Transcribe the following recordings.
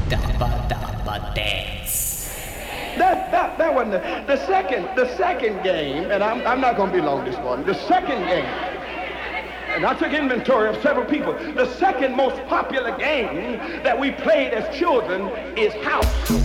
Dabba dabba dance. That wasn't the second game, and I'm not going to be long this morning. The second game, and I took inventory of several people. The second most popular game that we played as children is house.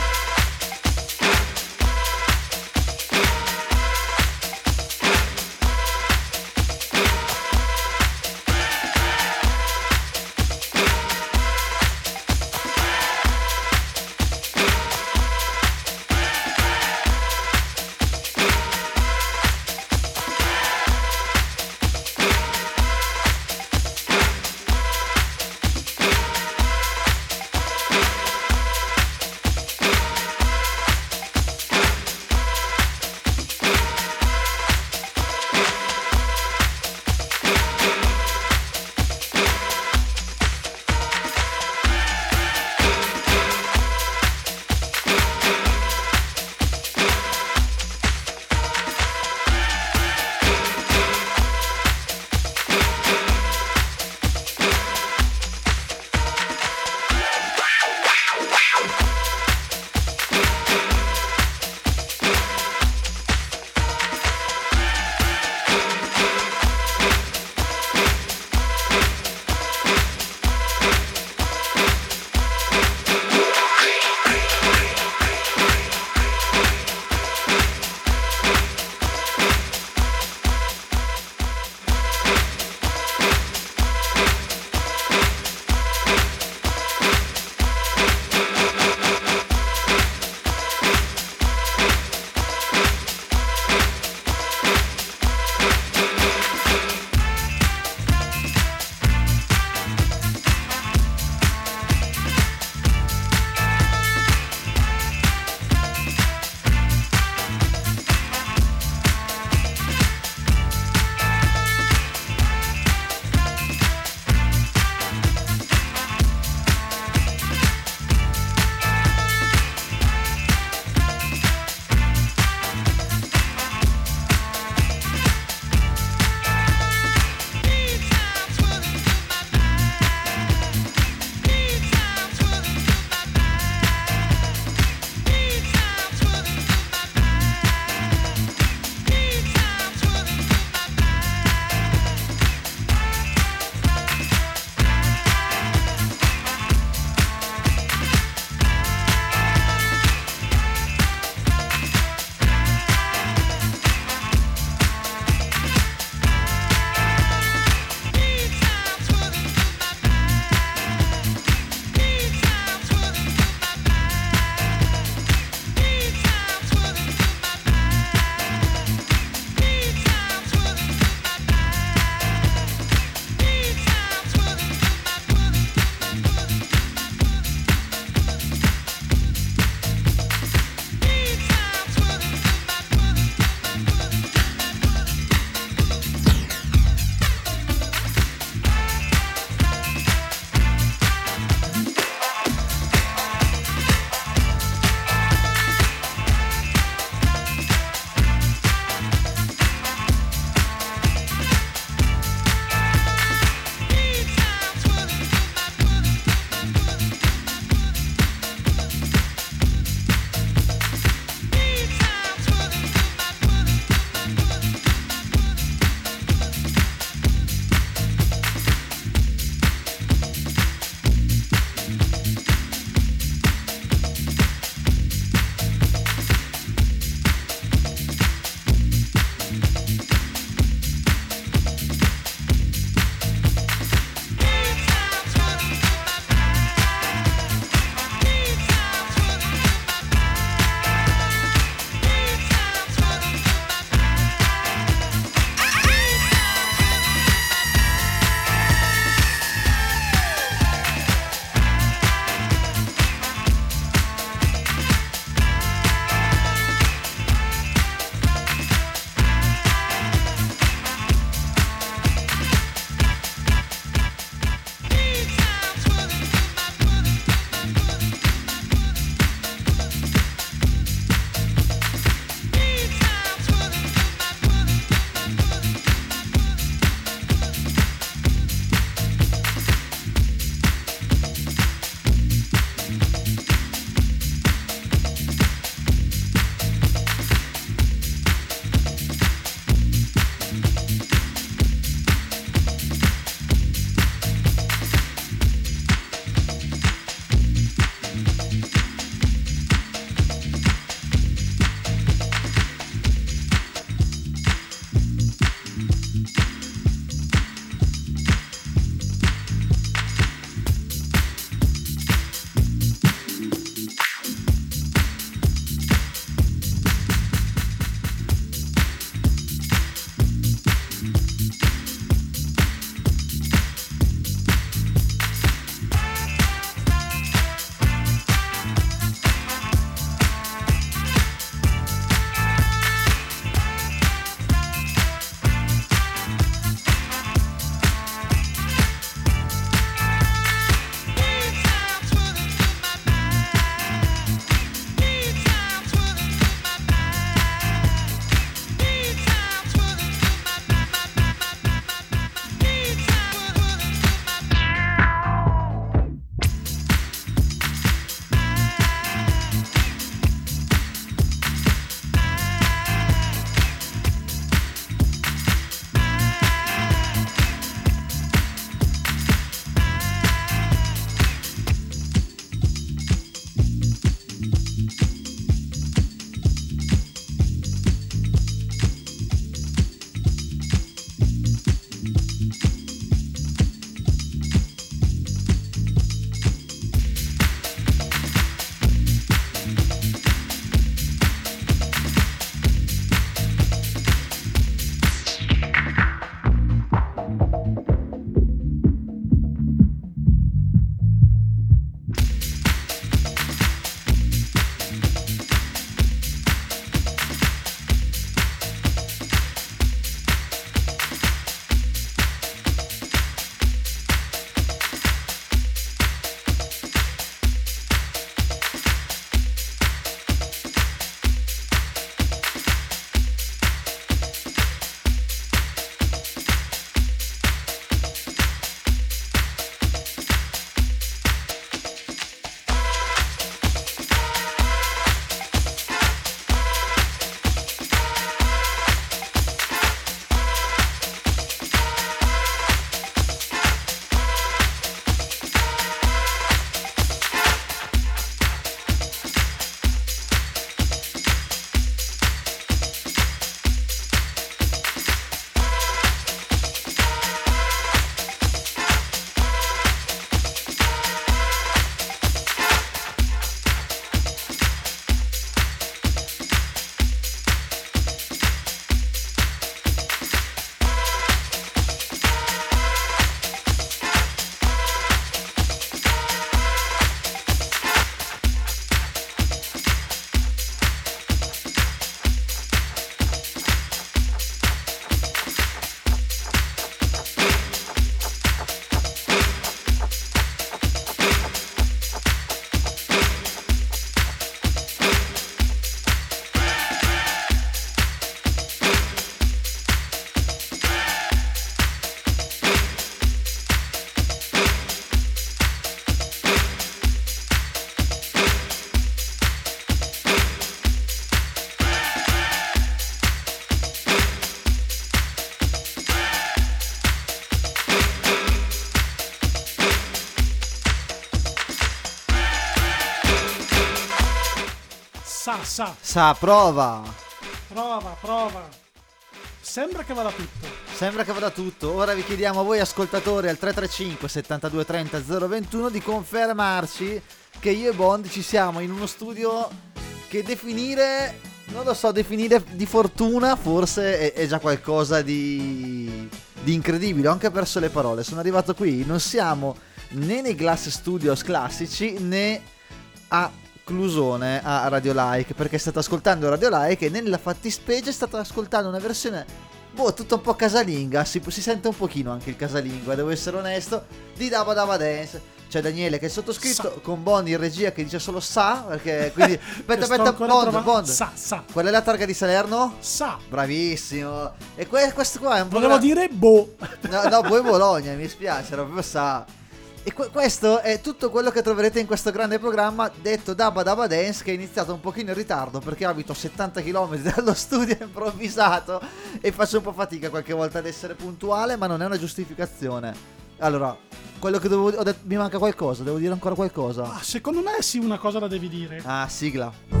Sa, prova. Prova. Sembra che vada tutto. Ora vi chiediamo a voi ascoltatori al 335 72 30 021 di confermarci che io e Bond ci siamo in uno studio che definire di fortuna forse è già qualcosa di incredibile. Ho anche perso le parole. Sono arrivato qui, non siamo né nei Glass Studios classici né a Clusone, a Radio Like, perché state ascoltando Radio Like e nella fattispecie state ascoltando una versione tutta un po' casalinga, si sente un pochino anche il casalingo, devo essere onesto, di Dabba Dabba Dance. C'è Daniele che è sottoscritto, con Bond in regia che dice solo sa, perché quindi aspetta, Bond. Sa. Qual è la targa di Salerno? Sa. Bravissimo. E questo qua è un po'. Volevo dire boh. No, poi Bologna, mi spiace, era proprio sa. E questo è tutto quello che troverete in questo grande programma detto Dabba Dabba Dance, che è iniziato un pochino in ritardo perché abito a 70 km dallo studio improvvisato e faccio un po' fatica qualche volta ad essere puntuale, ma non è una giustificazione. Allora, quello che mi manca qualcosa, devo dire ancora qualcosa. Secondo me sì, una cosa la devi dire. Sigla.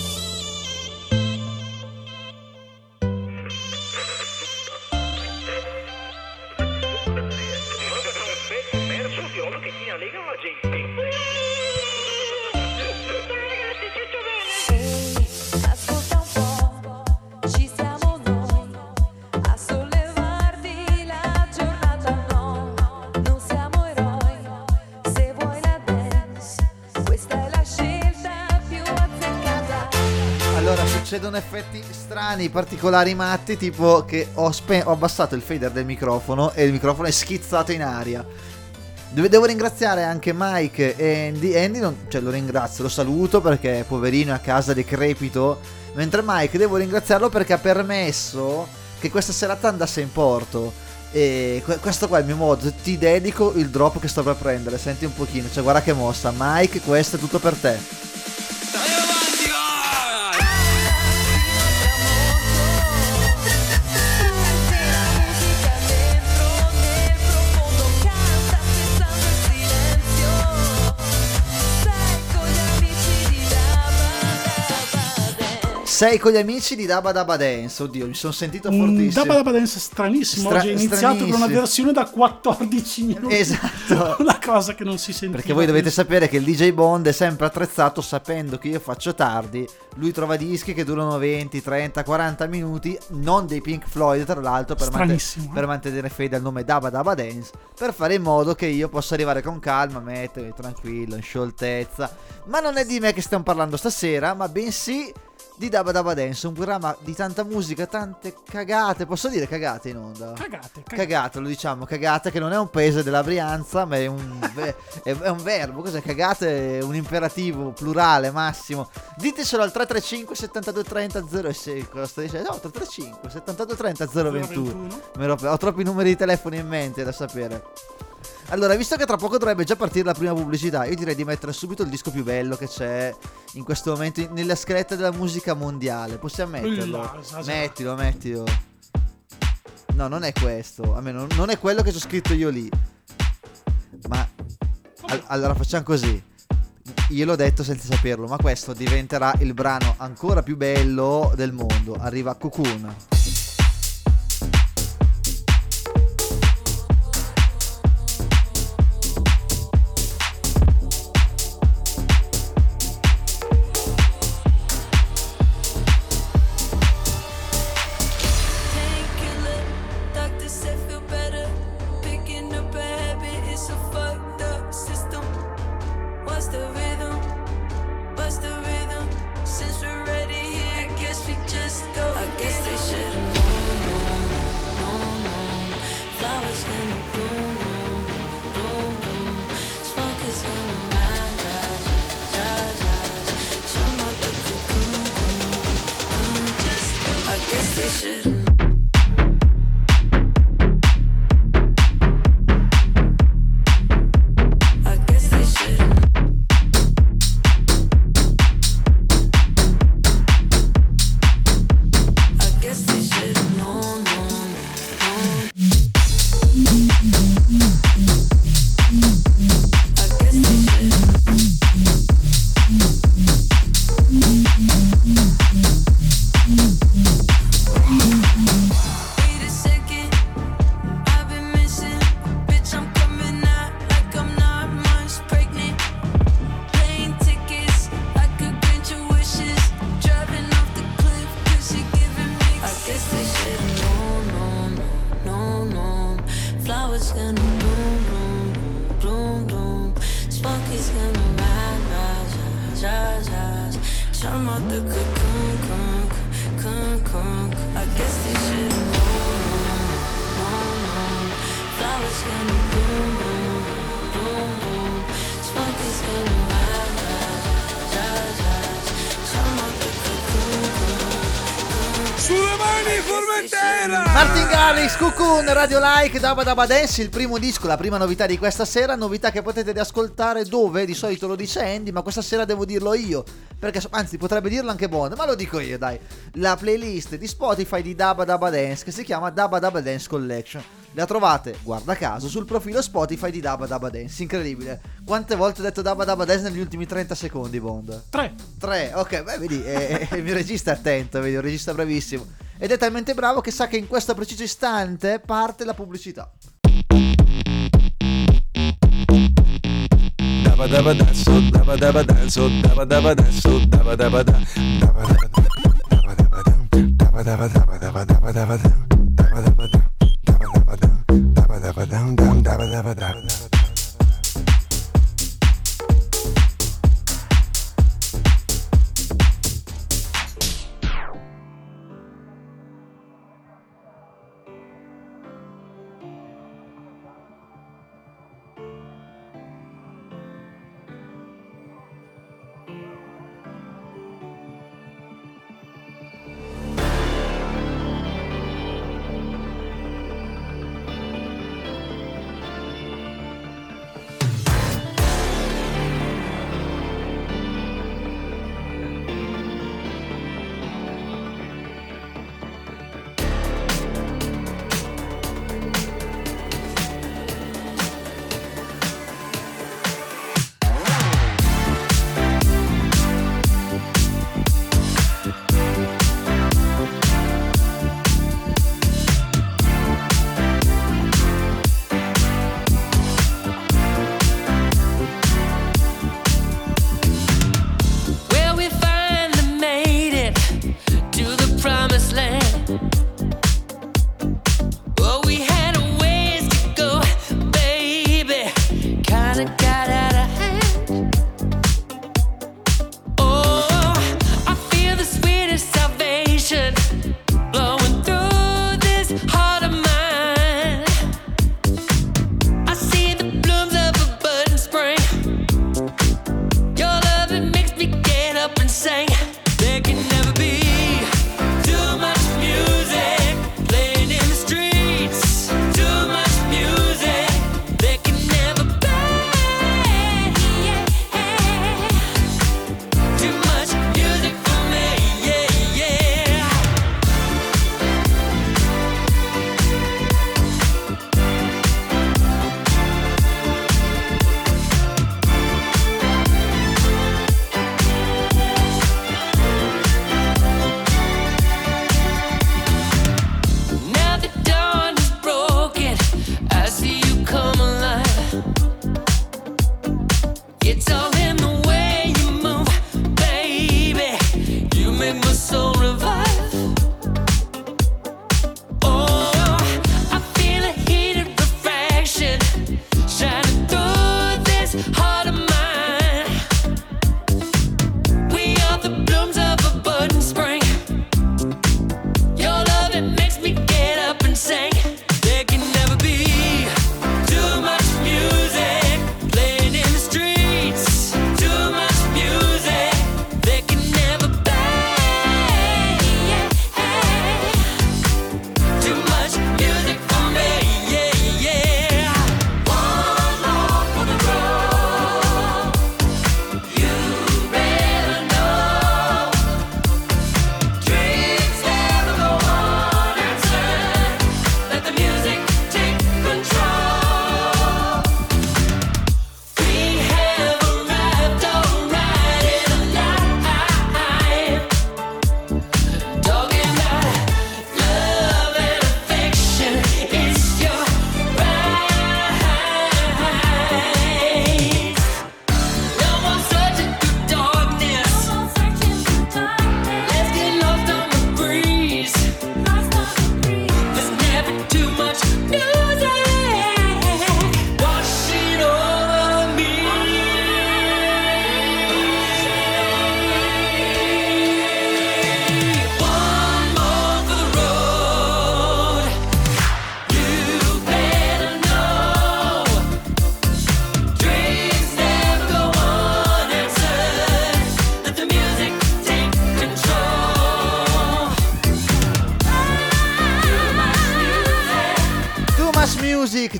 Succedono effetti strani, particolari, matti, tipo che ho abbassato il fader del microfono e il microfono è schizzato in aria. Devo ringraziare anche Mike e Andy lo ringrazio, lo saluto perché poverino è a casa decrepito, mentre Mike devo ringraziarlo perché ha permesso che questa serata andasse in porto. E questo qua è il mio modo, ti dedico il drop che sto per prendere, senti un pochino, cioè guarda che mossa. Mike, questo è tutto per te. Sei con gli amici di Dabba Dabba Dance. Oddio, mi sono sentito fortissimo. Dabba Dabba Dance stranissimo. Oggi è iniziato con una versione da 14 minuti. Esatto. Una cosa che non si sente. Perché voi dovete sapere che il DJ Bond è sempre attrezzato sapendo che io faccio tardi. Lui trova dischi che durano 20, 30, 40 minuti, non dei Pink Floyd tra l'altro, per mantenere fede al nome Dabba Dabba Dance, per fare in modo che io possa arrivare con calma, mettermi tranquillo, in scioltezza. Ma non è di me che stiamo parlando stasera, ma bensì di Dabba Dabba Dance, un programma di tanta musica, tante cagate. Posso dire cagate in onda? Cagate, lo diciamo, cagate, che non è un paese della Brianza, ma è un verbo. Cos'è cagate? È un imperativo plurale massimo. Ditecelo al 335 72 30 06. Cosa sto dicendo? No, 335 72 30 021. Ho troppi numeri di telefono in mente da sapere. Allora, visto che tra poco dovrebbe già partire la prima pubblicità, io direi di mettere subito il disco più bello che c'è in questo momento nella scaletta della musica mondiale. Possiamo metterlo? Mettilo. No, non è questo. Almeno non è quello che c'ho scritto io lì. Ma allora facciamo così. Io l'ho detto senza saperlo, ma questo diventerà il brano ancora più bello del mondo. Arriva Cocoon. Since we're ready here, I guess we just go. I guess they should I'm out the cocoon, I guess they should have known. Flowers gonna bloom, bloom. Smoke is gonna rise. I'm out the cocoon. Sulle mani, Formentera! Martin Garrix, Cocoon, Radio Like, Dabba Dabba Dance, il primo disco, la prima novità di questa sera, novità che potete riascoltare dove? Di solito lo dice Andy, ma questa sera devo dirlo io, perché anzi potrebbe dirlo anche Bond, ma lo dico io, dai. La playlist di Spotify di Dabba Dabba Dance, che si chiama Dabba Dabba Dance Collection. La trovate, guarda caso, sul profilo Spotify di Dabba Dabba Dance. Incredibile. Quante volte ho detto Dabba Dabba Dance negli ultimi 30 secondi, Bond? 3. Ok, beh, vedi, il mio regista è attento, vedi, un regista bravissimo. Ed è talmente bravo che sa che in questo preciso istante parte la pubblicità. Dabba dabba danzo, dabba dabba danzo, dabba dabba danzo, dabba dabba da, dabba dabba da, dabba dabba dabba dabba dabba dabba dabba da, dabba dabba da, dabba dabba da, dabba dabba down down, dabba dabba da.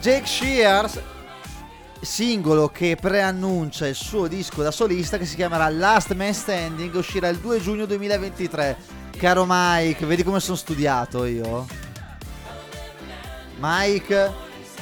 Jake Shears, singolo che preannuncia il suo disco da solista che si chiamerà Last Man Standing, uscirà il 2 giugno 2023. Caro Mike, vedi come sono studiato io? Mike,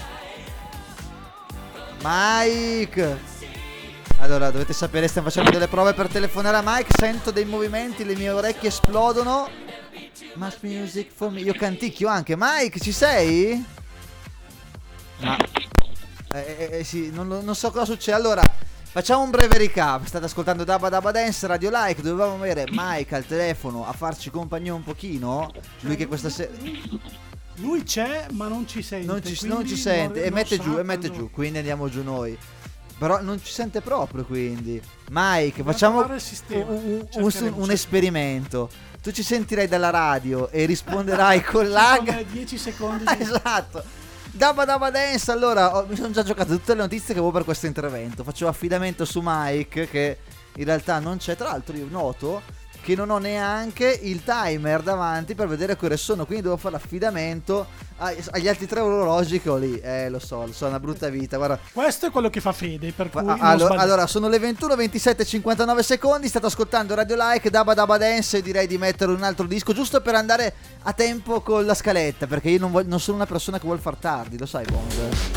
allora dovete sapere, stiamo facendo delle prove per telefonare a Mike, sento dei movimenti, le mie orecchie esplodono. Much music for me, io canticchio anche. Mike, ci sei? No. Sì, non so cosa succede. Allora, facciamo un breve recap. State ascoltando Dabba Dabba Dance, Radio Like. Dovevamo avere Mike al telefono a farci compagnia un pochino. Lui che questa sera... Lui c'è ma non ci sente. Non ci sente e mette giù, quindi andiamo giù noi. Però non ci sente proprio, quindi Mike, facciamo un esperimento. Tu ci sentirai dalla radio e risponderai con lag 10 secondi esatto. Dabba Dabba Dance. Allora, mi sono già giocato tutte le notizie che avevo per questo intervento. Faccio affidamento su Mike, che in realtà non c'è. Tra l'altro io noto che non ho neanche il timer davanti per vedere che ore sono, quindi devo fare affidamento agli altri 3 orologi che ho lì. Lo so, è una brutta vita, guarda. Questo è quello che fa Fede, per cui allora sono le 21, 27 e 59 secondi. State ascoltando Radio Like, Dabba Dabba Dance, e direi di mettere un altro disco giusto per andare a tempo con la scaletta, perché io non sono una persona che vuol far tardi, lo sai, Bond.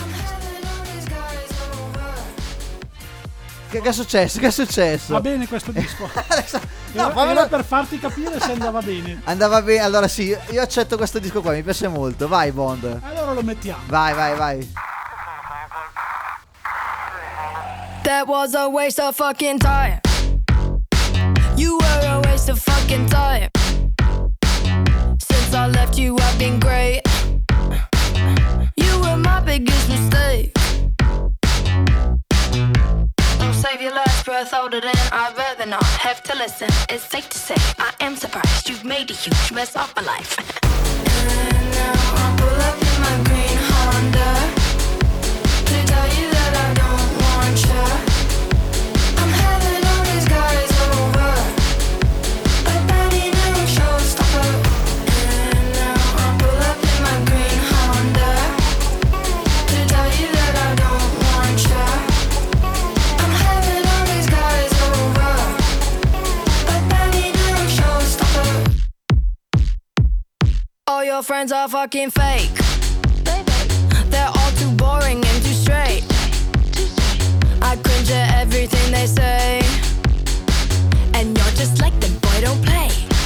Che è successo? Va bene questo disco. No, era per farti capire se andava bene. Andava bene, allora sì, io accetto questo disco qua, mi piace molto. Vai, Bond. Allora lo mettiamo. Vai. That was a waste of fucking time. You were a waste of fucking time. Since I left you, I've been great. You were my biggest mistake. Save your last breath, hold it in. I'd rather not have to listen. It's safe to say I am surprised you've made a huge mess of my life. And now I pull up in my green Honda to tell you that I don't want you. I'm having all these guys over, but that ain't no showstopper. And now I pull up in my green Honda to tell you that I don't want you. All your friends are fucking fake. They're all too boring and too straight. I cringe at everything they say. And you're just like them, boy, don't play.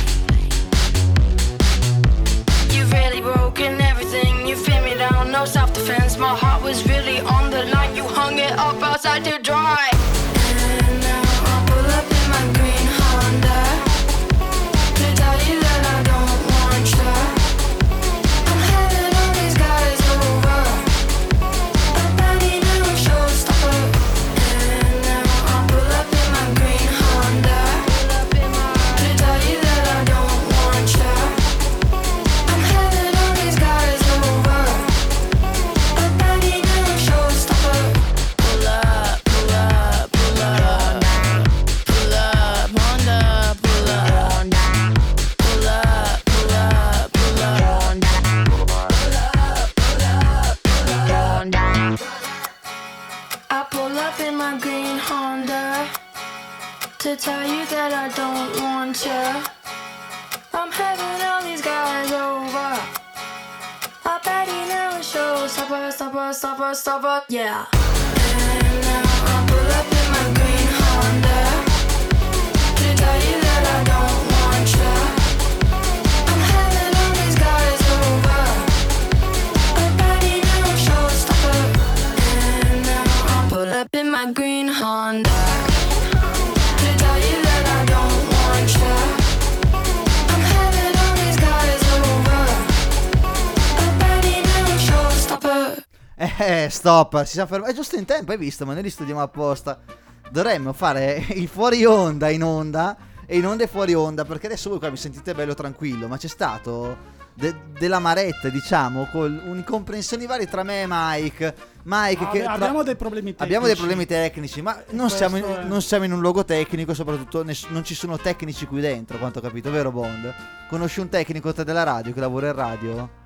You've really broken everything. You feel me down, no self-defense. My heart was really on the line. You hung it up outside to dry. And now I pull up in my green Honda to tell you that I don't want you. To tell you that I don't want you. I'm having all these guys over. I bet he never shows. Stopper, yeah. And now I pull up in my green Honda to tell you that I don't want you. I'm having all these guys over. I bet he never shows. And now I pull up in my green Honda. Stop, si sa fermare. È giusto in tempo, hai visto? Ma noi li studiamo apposta. Dovremmo fare il fuori onda in onda e in onda e fuori onda, perché adesso voi qua mi sentite bello tranquillo, ma c'è stato della maretta, diciamo, con un'incomprensioni varie tra me e Mike. Abbiamo dei problemi tecnici. Abbiamo dei problemi tecnici, ma non siamo in un luogo tecnico, soprattutto non ci sono tecnici qui dentro, quanto ho capito, vero Bond? Conosci un tecnico te della radio che lavora in radio?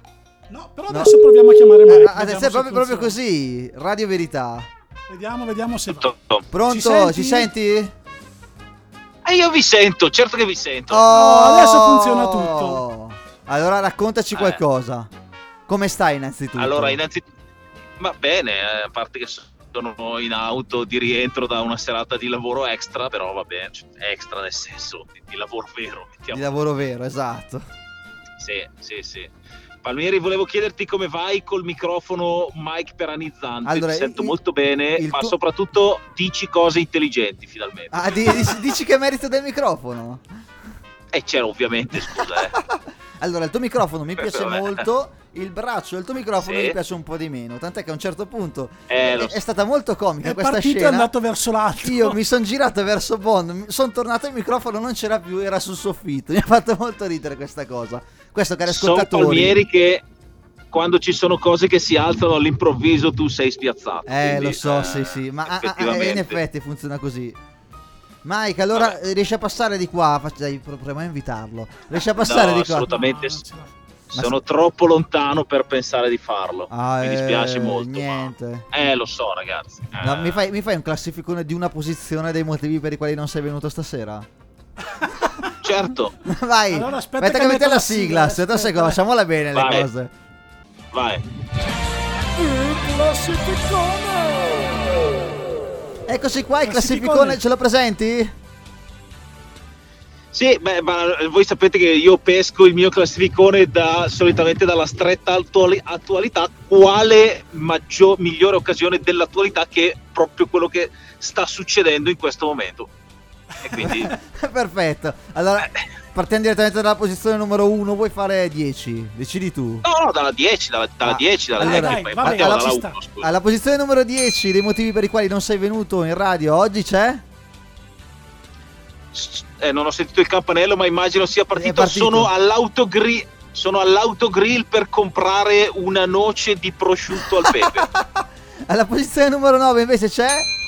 No, però adesso proviamo a chiamare Mike. Adesso è proprio così, Radio Verità. Vediamo se va. Pronto? Ci senti? Io vi sento, certo che vi sento. Adesso funziona tutto. Allora raccontaci qualcosa. Come stai innanzitutto? Allora, va bene, a parte che sono in auto di rientro da una serata di lavoro extra, però va bene, extra nel senso di lavoro vero. Di lavoro vero, esatto. Sì. Palmieri, volevo chiederti come vai col microfono mic peranizzante. Allora, ti sento molto bene, ma soprattutto dici cose intelligenti finalmente. Dici che è merito del microfono? C'era ovviamente, scusa. Allora, il tuo microfono mi piace molto, il braccio del tuo microfono mi piace un po' di meno, tant'è che a un certo punto è stata molto comica questa scena. È andato verso l'alto. Io mi sono girato verso Bond, sono tornato, il microfono non c'era più, era sul soffitto. Mi ha fatto molto ridere questa cosa. Questo, cari ascoltatori, sono Palmieri che quando ci sono cose che si alzano all'improvviso tu sei spiazzato. Quindi, lo so, sì, ma in effetti funziona così. Mike, allora riesci a passare di qua? Proviamo a invitarlo. Riesci a passare di qua? Assolutamente. Sono troppo lontano per pensare di farlo. Mi dispiace molto. Niente. Lo so, ragazzi. No, mi fai un classificone di una posizione dei motivi per i quali non sei venuto stasera? Certo. Vai. Allora, aspetta che mette la sigla. Aspetta, facciamola bene. Vai. Le cose. Vai. Il classificone. Eccoci qua, il classificone, ce lo presenti? Sì, ma voi sapete che io pesco il mio classificone solitamente dalla stretta attualità, quale migliore occasione dell'attualità che proprio quello che sta succedendo in questo momento. E quindi perfetto. Allora partiamo direttamente dalla posizione numero 1, vuoi fare 10? Decidi tu. No, dalla 10, dalla 10, alla posizione numero 10 dei motivi per i quali non sei venuto in radio oggi c'è? Non ho sentito il campanello, ma immagino sia partito. Sono all'autogrill per comprare una noce di prosciutto al pepe. Alla posizione numero 9 invece c'è?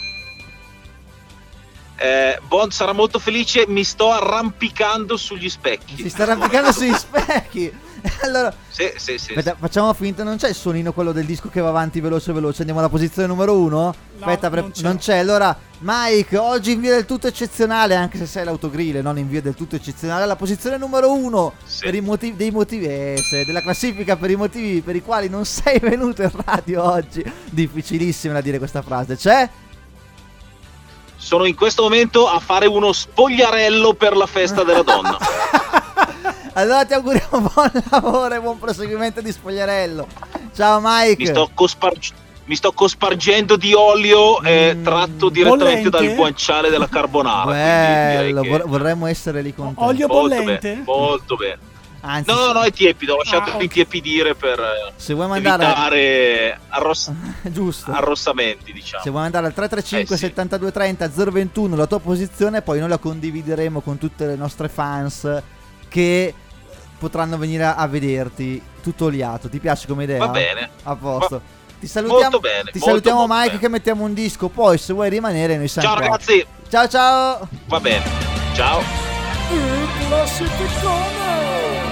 Bond sarà molto felice, mi sto arrampicando sugli specchi. Si sta arrampicando sugli specchi. Allora, sì. Aspetta, facciamo finta, non c'è il suonino quello del disco che va avanti veloce. Andiamo alla posizione numero 1. No, aspetta, non c'è. Allora, Mike, oggi in via del tutto eccezionale, anche se sei l'autogrill, non in via del tutto eccezionale. La posizione numero 1 per i motivi della classifica, per i motivi per i quali non sei venuto in radio oggi. Difficilissima da dire questa frase. C'è? Sono in questo momento a fare uno spogliarello per la festa della donna. Allora ti auguriamo buon lavoro e buon proseguimento di spogliarello. Ciao Mike. Mi sto cospargendo di olio tratto direttamente dal guanciale della carbonara. Bello, vorremmo essere lì con te. Olio bollente? Molto bene. Anzi, no, è tiepido, ho lasciato intiepidire per evitare arrossamenti, diciamo. Se vuoi mandare al 335 72 30 021 la tua posizione, poi noi la condivideremo con tutte le nostre fans che potranno venire a vederti tutto oliato. Ti piace come idea? Va bene. A posto. Ti salutiamo, molto bene. Ti salutiamo Mike, bene. Che mettiamo un disco, poi se vuoi rimanere noi siamo Ciao qua. Ragazzi. Ciao. Va bene. Ciao. Il classificone.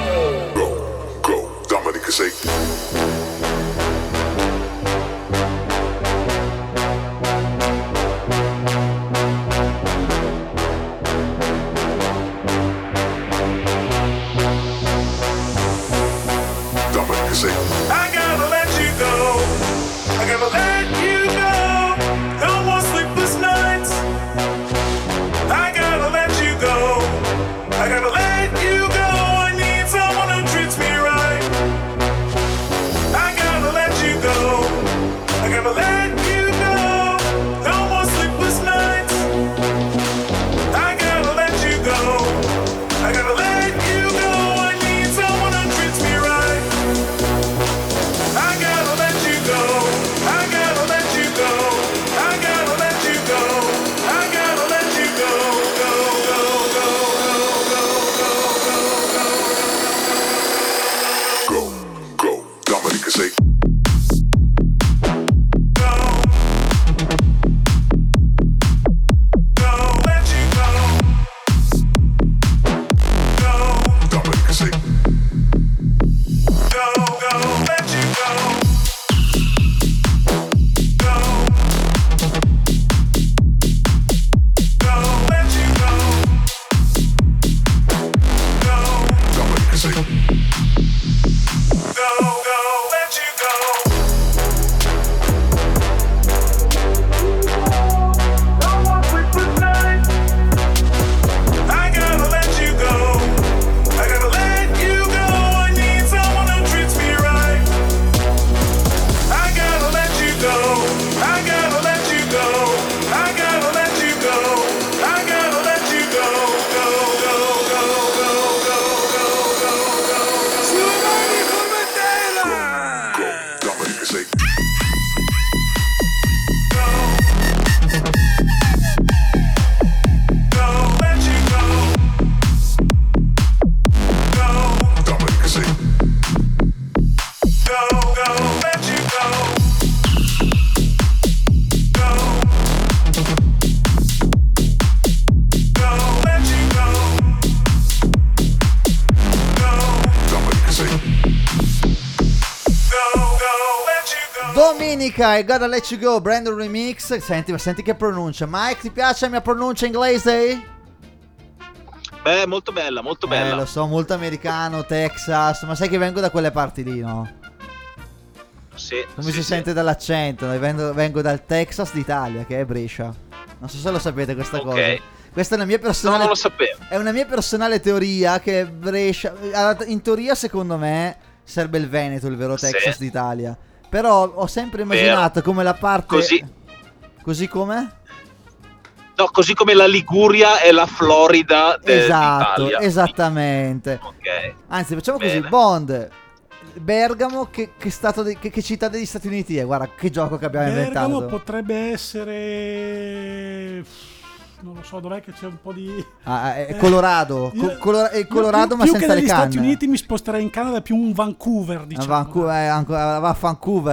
Go, Dominica say. I gotta let you go. I gotta let you go. No more sleepless nights. I gotta let you go. I gotta let you go. I need someone who treats me right. Mika, I Gotta Let You Go, Brandon Remix. Senti che pronuncia. Mike, ti piace la mia pronuncia inglese? Beh, molto bella, molto bella. Lo so, molto americano, Texas, ma sai che vengo da quelle parti lì, no? Sì. Come si sente dall'accento? Vengo dal Texas d'Italia, che è Brescia. Non so se lo sapete questa cosa. Questa è una mia personale. No, non lo sapevo. È una mia personale teoria che Brescia. In teoria, secondo me, sarebbe il Veneto il vero Texas d'Italia. Però ho sempre immaginato come la parte. Così come? No, così come la Liguria e la Florida d'Italia. Esattamente. Ok. Anzi, facciamo così: Bond. Bergamo, che città degli Stati Uniti è? Guarda che gioco che abbiamo inventato. Bergamo potrebbe essere, non lo so, dov'è che c'è un po' di è Colorado. Colorado, ma più senza che le negli canne. Stati Uniti mi sposterei in Canada, più un Vancouver, diciamo. Vancouver, Vancouver.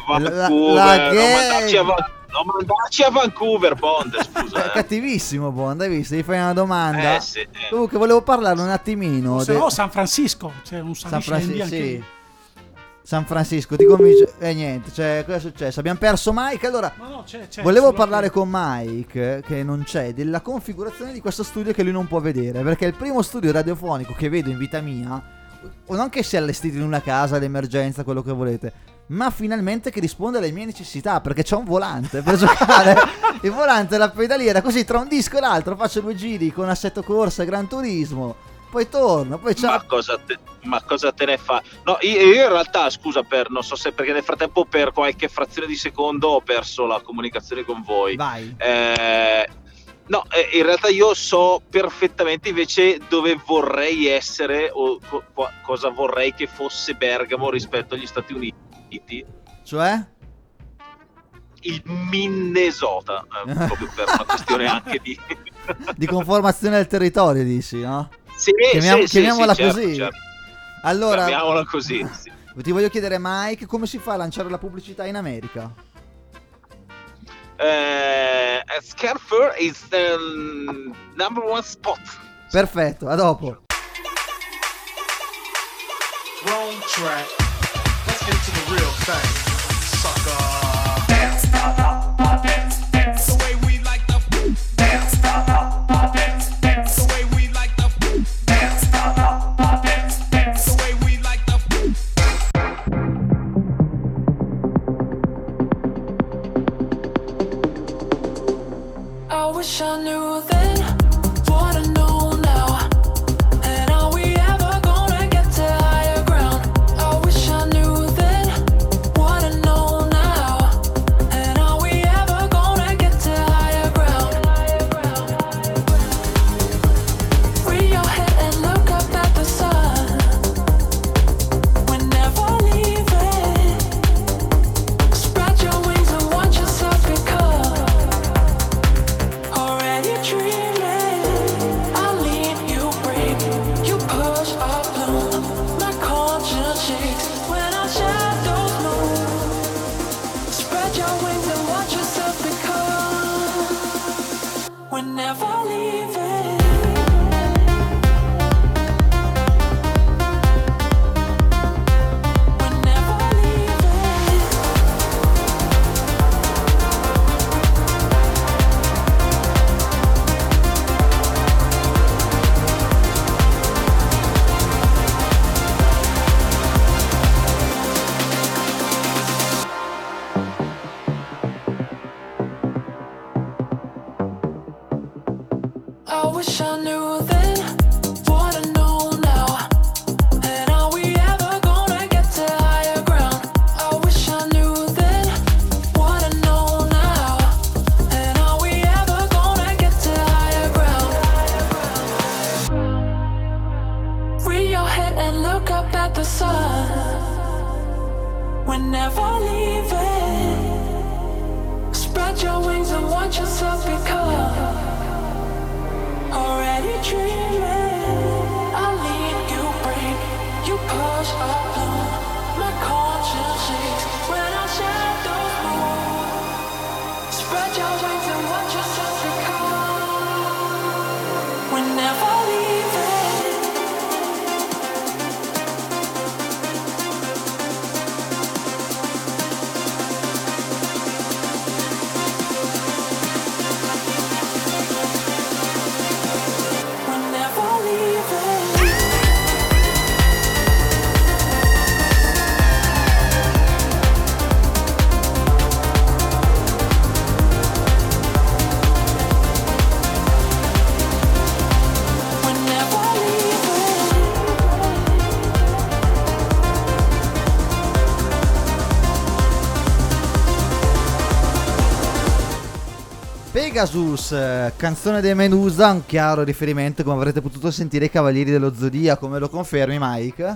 Non mandarci a Vancouver, Bond, scusa. È cattivissimo Bond, hai visto? Gli fai una domanda. Sì. Comunque volevo parlare un attimino. Se no, San Francisco, c'è un San Francisco, sì. San Francisco, ti convince? Niente, cioè, cosa è successo? Abbiamo perso Mike, allora no, c'è, volevo parlare con Mike, che non c'è, della configurazione di questo studio che lui non può vedere, perché è il primo studio radiofonico che vedo in vita mia, o non che sia allestito in una casa d'emergenza, quello che volete, ma finalmente che risponde alle mie necessità, perché c'ho un volante per giocare. Il volante e la pedaliera, così tra un disco e l'altro faccio 2 giri con Assetto Corsa e Gran Turismo, poi torno, poi c'è. Ma cosa te ne fa? No, io in realtà, scusa, non so se perché nel frattempo per qualche frazione di secondo ho perso la comunicazione con voi. Vai. No, in realtà io so perfettamente invece dove vorrei essere o cosa vorrei che fosse Bergamo rispetto agli Stati Uniti. Cioè? Il Minnesota, proprio per una questione anche di conformazione del territorio, dici, no? Sì, chiamiamola certo, così. Certo. Allora, chiamiamola così. Sì. Ti voglio chiedere, Mike, come si fa a lanciare la pubblicità in America? Scarfer is the number one spot. Perfetto, a dopo. Wrong track. Let's get to the real thing. Sucker. I wish I knew then what I know now. And are we ever gonna get to higher ground? I wish I knew then what I know now. And are we ever gonna get to higher ground? Free your head and look up at the sun. We're never leaving. Spread your wings and watch yourself become. Already dreaming, I lead, you break, you push, I bloom. My conscience shakes when our shadows move. Spread your wings and watch yourself become. We're never leaving. We're never leaving. I wish I knew then what I know now. And are we ever gonna get to higher ground? I wish I knew then what I know now. And are we ever gonna get to higher ground? Free your head and look up at the sun. We're never leaving. Spread your wings and watch yourself become. Already dreaming, I lead, you break, you push, I bloom. My conscience shakes when our shadows move. Spread your wings and watch yourself become. We're never leaving. Pegasus, canzone dei Medusa, un chiaro riferimento, come avrete potuto sentire, ai Cavalieri dello Zodiaco. Me lo confermi, Mike?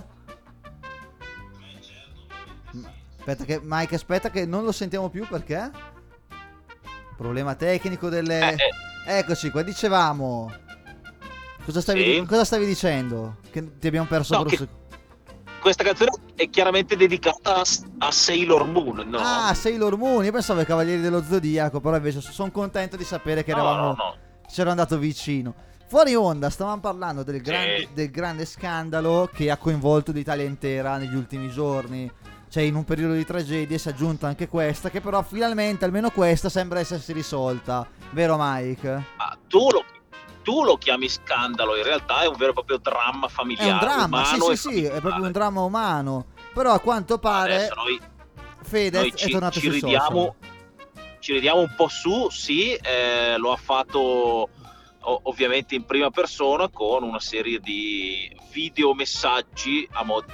Aspetta che non lo sentiamo più, perché? Problema tecnico delle... Eccoci qua, dicevamo... Cosa stavi dicendo? Che ti abbiamo perso per un secondo. Questa canzone è chiaramente dedicata a Sailor Moon, no? Ah, Sailor Moon, io pensavo ai Cavalieri dello Zodiaco, però invece sono contento di sapere che c'ero andato vicino. Fuori onda stavamo parlando del grande scandalo che ha coinvolto l'Italia intera negli ultimi giorni. Cioè, in un periodo di tragedie si è aggiunta anche questa, che però finalmente, almeno questa, sembra essersi risolta. Vero, Mike? Ah, tu lo chiami scandalo, in realtà è un vero e proprio dramma familiare. È un dramma, sì, è proprio un dramma umano. Però a quanto pare Fedez è tornato sui social. Ci ridiamo un po' su, sì, lo ha fatto ovviamente in prima persona con una serie di videomessaggi a modo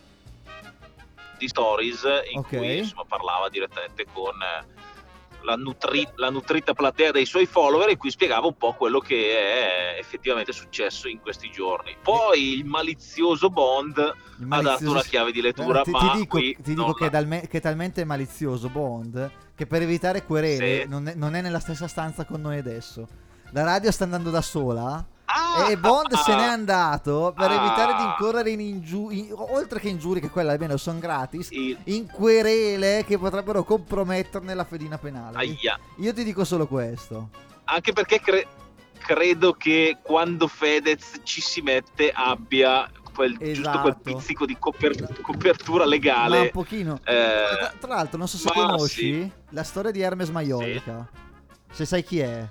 di stories in cui insomma parlava direttamente con la nutrita platea dei suoi follower, in cui spiegava un po' quello che è effettivamente successo in questi giorni. Poi il malizioso Bond ha dato una chiave di lettura, ti dico che è talmente malizioso Bond che per evitare querele non è nella stessa stanza con noi adesso. La radio sta andando da sola e Bond se n'è andato per evitare di incorrere oltre che ingiurie, che quelle almeno sono gratis, in querele che potrebbero comprometterne la fedina penale. Io ti dico solo questo. Anche perché credo che quando Fedez ci si mette abbia giusto quel pizzico di copertura legale. Ma un pochino. Tra l'altro non so se conosci la storia di Hermes Maiolica. Se sai chi è.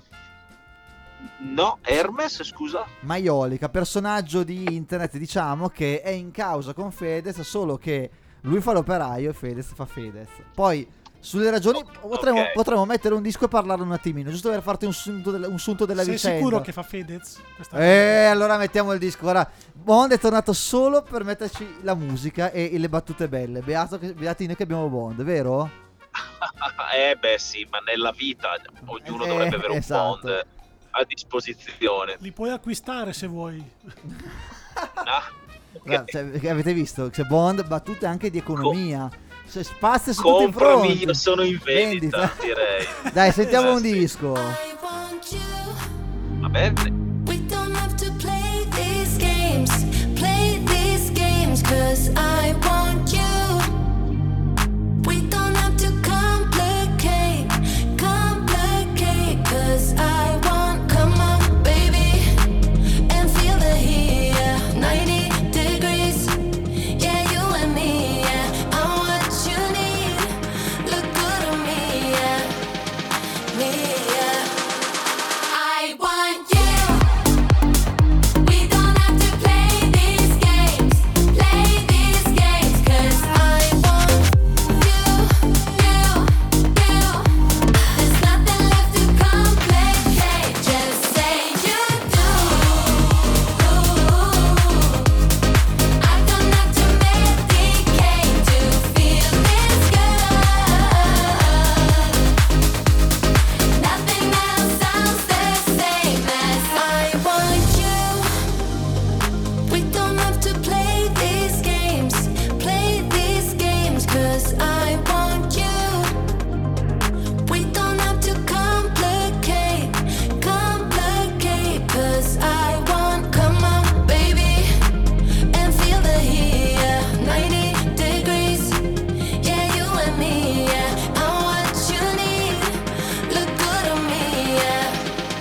No, Hermes, scusa? Maiolica, personaggio di internet, diciamo, che è in causa con Fedez, solo che lui fa l'operaio e Fedez fa Fedez. Poi sulle ragioni potremmo mettere un disco e parlarne un attimino, giusto per farti un sunto della vicenda. Sei sicuro che fa Fedez? Allora mettiamo il disco. Ora Bond è tornato solo per metterci la musica e le battute belle. Beati noi che abbiamo Bond, vero? Sì, ma nella vita ognuno dovrebbe avere un Bond a disposizione. Li puoi acquistare se vuoi. Avete visto? C'è Bond, battute anche di economia. Spazio su tutti i fronti. Io sono in vendita, direi. Dai, sentiamo un disco. Va bene. We don't have to play these games, 'cause I want you. We don't have to complicate, 'cause I want, come on baby, and feel the heat, 90 degrees, yeah, you and me, yeah, I'm what you need, look good on me, yeah, I want you. We don't have to play these games, 'cause I want you. There's nothing left to complicate, just say you do. I've done that to medicate to feel this good. Nothing else sounds the same as I want you. We don't have to play these games, 'cause I want you. We don't have to complicate, 'cause I want, come on baby, and feel the heat, 90 degrees, yeah, you and me, yeah, I'm what you need, look good on me, yeah,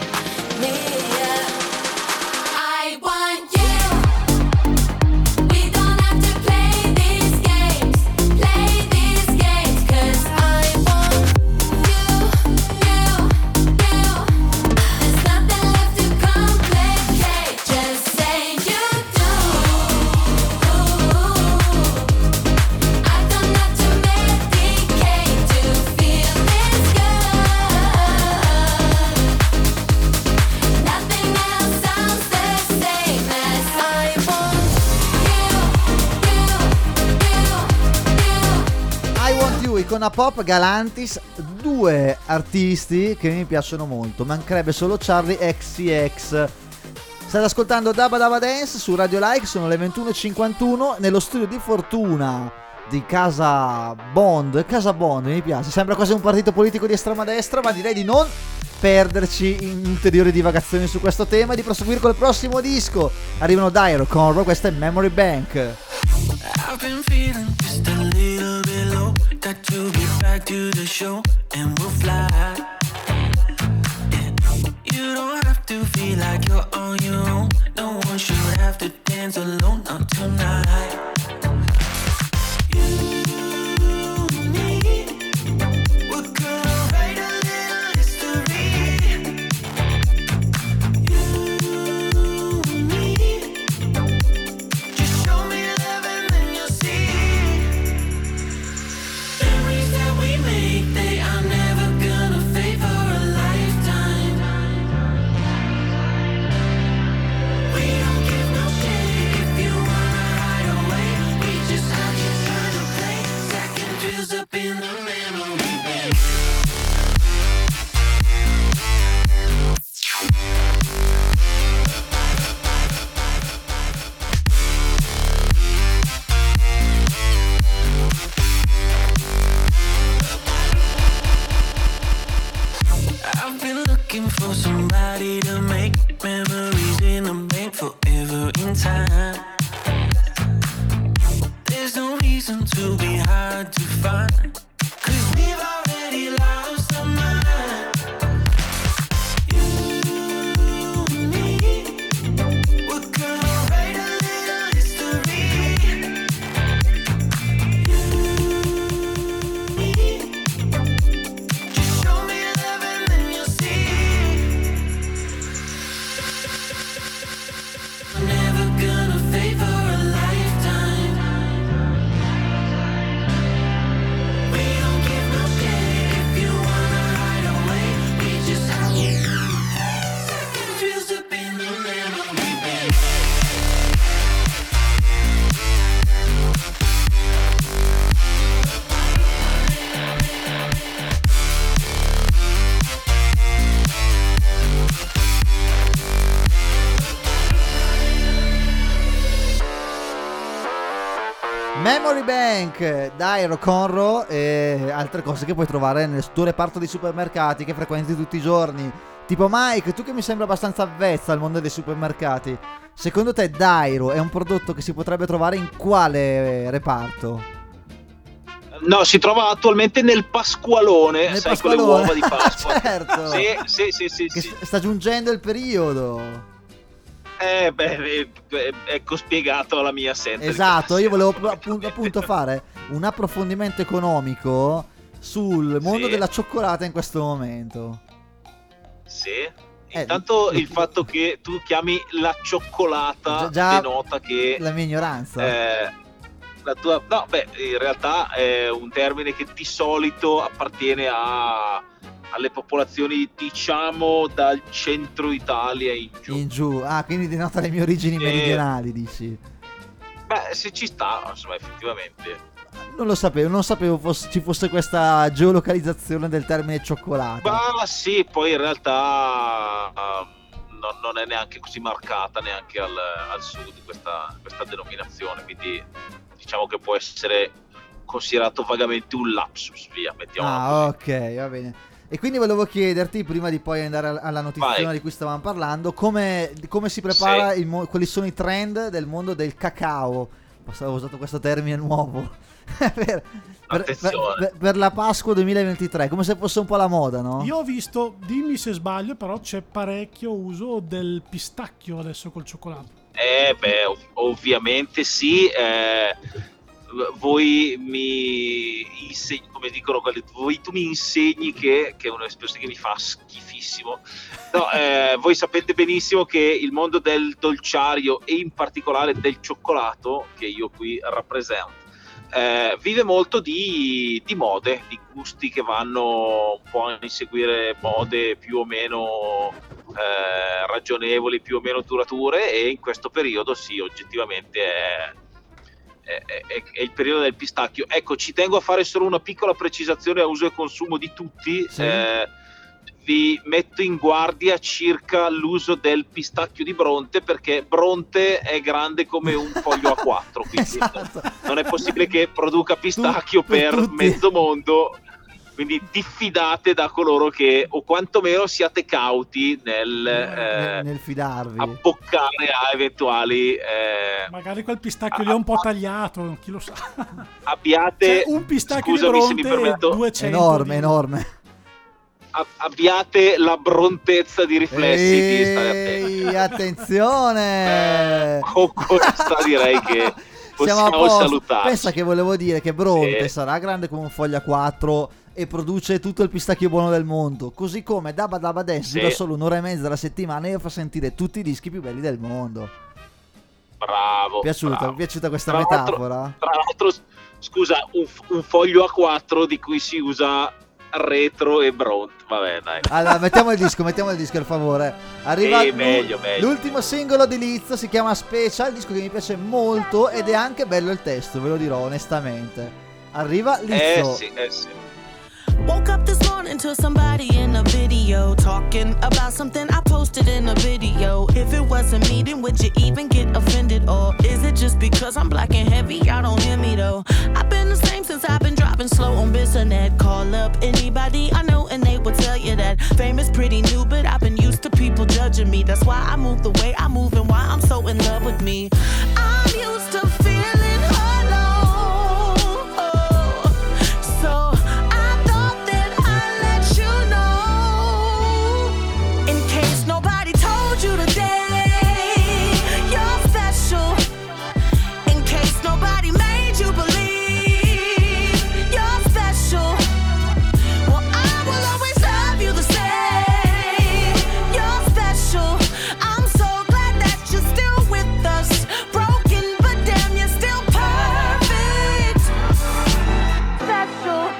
I want you. We don't have to play these games, 'cause I want you. There's nothing left to complicate, just say you do. I've done that to medicate to feel this good. Nothing else sounds the same as I want you. I Want You, Icona Pop, Galantis, due artisti che mi piacciono molto, mancherebbe solo Charlie XCX. State ascoltando Dabba Dabba Dance su Radio Like, sono le 21:51 nello studio di fortuna di Casa Bond, mi piace, sembra quasi un partito politico di estrema destra, ma direi di non perderci in ulteriori divagazioni su questo tema e di proseguire col prossimo disco. Arrivano Dairo con questa è Memory Bank. I've been feeling just a little bit low. Got to get back to the show and we'll fly. Yeah. You don't have to feel like you're on your own. No one should have to dance alone, not tonight. For somebody to make memories in the bank forever in time. There's no reason to be hard to find, 'cause we've already lost our mind. You and me, we're gonna write a little history. You and me, just show me love and then you'll see. Never gonna fade for a lifetime. We don't give no shit if you wanna hide away. We just have second feels up in the memory bank. Memory Bank, Dairo Conro e altre cose che puoi trovare nel tuo reparto di supermercati che frequenti tutti i giorni. Tipo Mike, tu che mi sembra abbastanza avvezza al mondo dei supermercati, secondo te Dairo è un prodotto che si potrebbe trovare in quale reparto? No, si trova attualmente nel Pasqualone, Nel sai, Pasqualone. con le uova di Pasqua. Certo. Sì. Che sta giungendo il periodo. Ecco spiegato la mia assenza. Esatto, io volevo appunto fare un approfondimento economico sul mondo della cioccolata in questo momento. Sì. Intanto il fatto che tu chiami la cioccolata già denota che la mia ignoranza. La tua, no, in realtà è un termine che di solito appartiene alle popolazioni, diciamo, dal centro Italia in giù. Ah, quindi denota le mie origini meridionali, dici? Beh, se ci sta, insomma, effettivamente. Non sapevo ci fosse questa geolocalizzazione del termine cioccolata. Ma sì, poi in realtà non è neanche così marcata neanche al sud questa denominazione, quindi diciamo che può essere considerato vagamente un lapsus, via, mettiamola così. Ok, va bene. E quindi volevo chiederti, prima di poi andare alla notizia di cui stavamo parlando, come si prepara quali sono i trend del mondo del cacao. Ho usato questo termine nuovo per la Pasqua 2023, come se fosse un po' la moda, no? Io ho visto, dimmi se sbaglio, però c'è parecchio uso del pistacchio adesso col cioccolato. Ovviamente sì. Voi mi insegni, come dicono quelli, tu mi insegni che è un'espressione che mi fa schifissimo. No, voi sapete benissimo che il mondo del dolciario e in particolare del cioccolato, che io qui rappresento, vive molto di mode, di gusti che vanno un po' a inseguire mode più o meno ragionevoli, più o meno durature, e in questo periodo sì, oggettivamente è il periodo del pistacchio. Ecco, ci tengo a fare solo una piccola precisazione a uso e consumo di tutti. Sì. Vi metto in guardia circa l'uso del pistacchio di Bronte, perché Bronte è grande come un foglio A4, quindi Esatto. non è possibile che produca pistacchio per tutti. mezzo mondo, quindi diffidate da coloro che, o quantomeno siate cauti nel fidarvi, abboccare a eventuali magari quel pistacchio lì è un po' tagliato, chi lo sa. abbiate, un pistacchio scusami se di mi Bronte permetto, 200 enorme. Abbiate la brontezza di riflessi di stare attenti. Attenzione! Con questa direi che siamo a possiamo posto. salutarci. Pensa che volevo dire che Bronte sarà grande come un foglio A4 e produce tutto il pistacchio buono del mondo, così come Dabba Dabba Dance dura solo un'ora e mezza alla settimana e fa sentire tutti i dischi più belli del mondo. Bravo. Mi è piaciuta questa tra metafora? Tra l'altro, scusa, un foglio A4 di cui si usa retro e Bronte. Vabbè, dai. Allora, mettiamo il disco per favore. Arriva meglio. l'ultimo singolo di Liz, si chiama Special, disco che mi piace molto ed è anche bello il testo, ve lo dirò onestamente. Arriva Lizzo. Sì. Woke up this morning to somebody in a video talking about something I posted in a video. If it wasn't me, then would you even get offended? Or is it just because I'm black and heavy? Y'all don't hear me though. I've been the same since I've been dropping slow on Bissonnet. Call up anybody I know and they will tell you that fame is pretty new, but I've been used to people judging me. That's why I move the way I move and why I'm so in love with me. I'm used to feeling alone. So I thought that I'd let you know, in case nobody told you today, you're special. In case nobody made you believe you're special. Well, I will always love you the same. You're special. I'm so glad that you're still with us. Broken, but damn, you're still perfect. Special.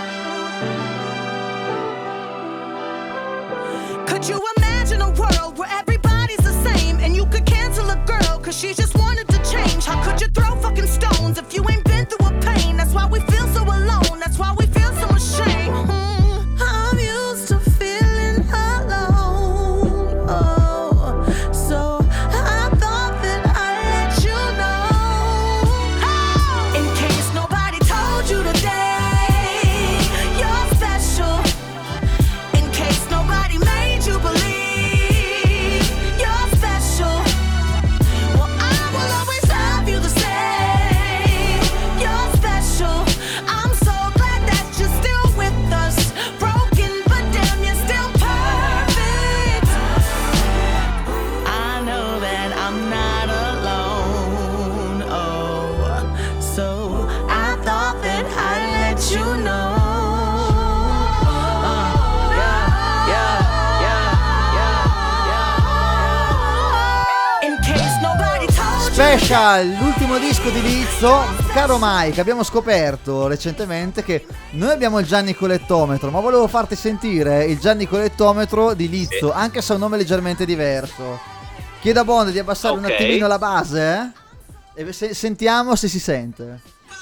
Could you imagine a world where everybody's the same and you could cancel a girl cause she just wanted to change? How could you throw fucking stones if you ain't been through a pain? That's why we feel so alone, that's why we feel so ashamed. I'm used to feeling alone. So I thought that I'd let you know, in case nobody told you today, you're special. In case nobody made you believe you're special. Well, I will always love you the same. You're special. I'm so glad that you're still with us. Broken, but damn, you're still perfect. I know that I'm not alone. So I thought that I'd let you know. In case nobody told you. Special, l'ultimo disco di Lizzo. Caro Mike, abbiamo scoperto recentemente che noi abbiamo il Gianni Colettometro, ma volevo farti sentire il Gianni Colettometro di Lizzo, anche se ha un nome leggermente diverso. Chiedo a Bond di abbassare un Ok. attimino la base, e sentiamo se si sente.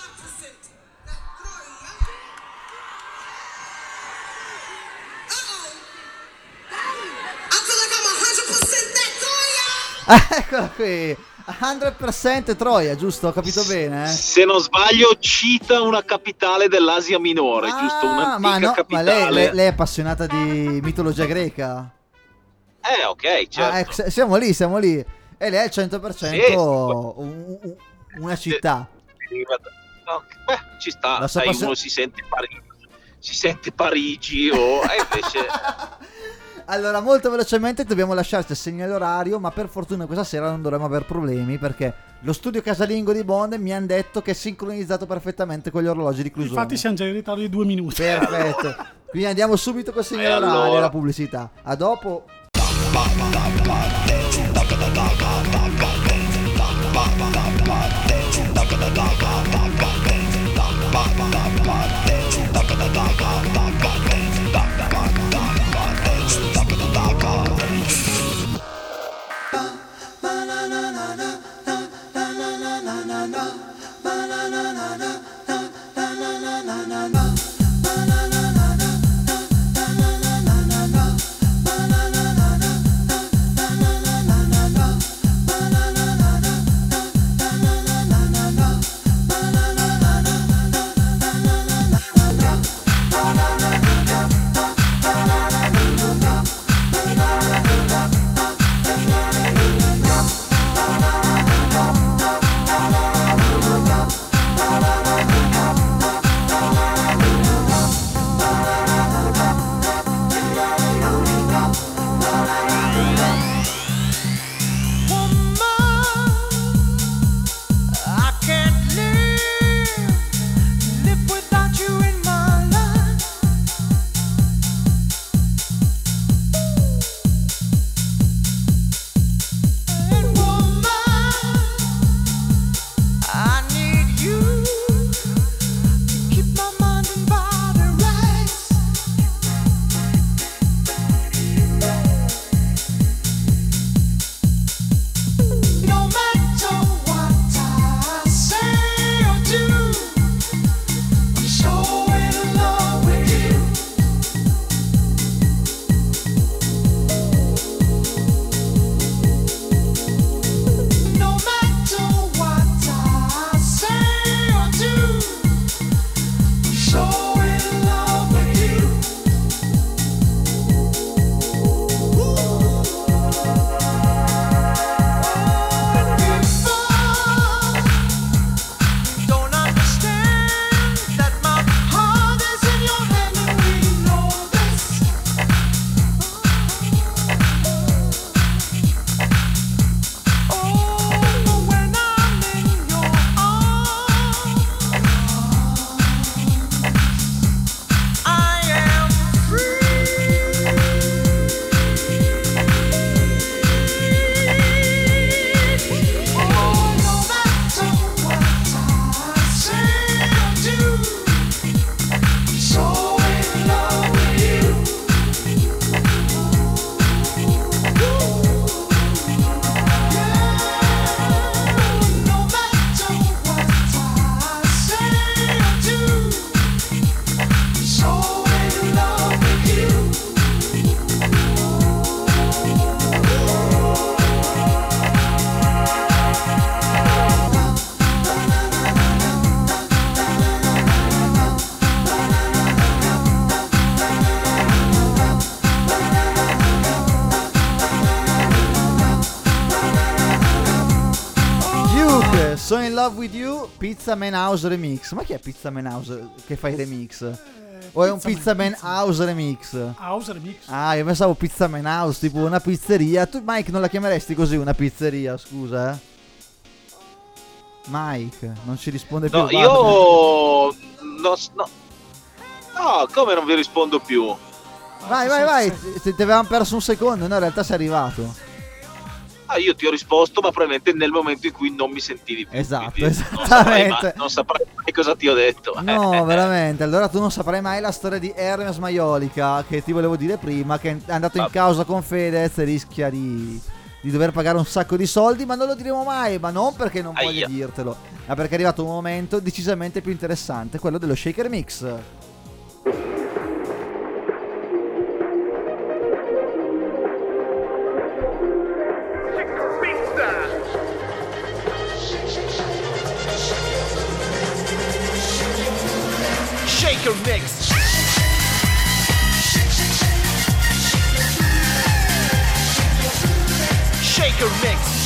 Eccola qui, 100% Troia, giusto? Ho capito bene? Se non sbaglio cita una capitale dell'Asia minore, giusto? Un'antica capitale. lei è appassionata di mitologia greca. Ok, certo. Ecco, siamo lì. E lei è al 100% una città. Beh, ci sta, La sua sai, passione- uno si sente Parigi o invece Allora, molto velocemente dobbiamo lasciarci a segnale orario, ma per fortuna questa sera non dovremo avere problemi, perché lo studio casalingo di Bond mi hanno detto che è sincronizzato perfettamente con gli orologi di Clusone. Infatti siamo già in ritardo di 2 minuti. Perfetto. Quindi andiamo subito col segnale orario e allora. la pubblicità. A dopo. So in Love With You, Pizza Man House Remix. Ma chi è Pizza Man House che fa i remix? O è un Pizza Man House Remix? House Remix. Ah, io pensavo Pizza Man House, tipo una pizzeria. Tu, Mike, non la chiameresti così una pizzeria, scusa? Mike, non ci risponde più. No, io... No, come non vi rispondo più? Vai, ti avevamo perso un secondo, no, in realtà sei arrivato. Io ti ho risposto, ma probabilmente nel momento in cui non mi sentivi più. Esatto, esattamente. Non saprai mai cosa ti ho detto. No, veramente. Allora tu non saprai mai la storia di Hermes Maiolica, che ti volevo dire prima, che è andato in causa con Fedez e rischia di dover pagare un sacco di soldi, ma non lo diremo mai, ma non perché non voglio dirtelo, ma perché è arrivato un momento decisamente più interessante, quello dello Shaker Mix. Shaker Mix. Shaker Mix.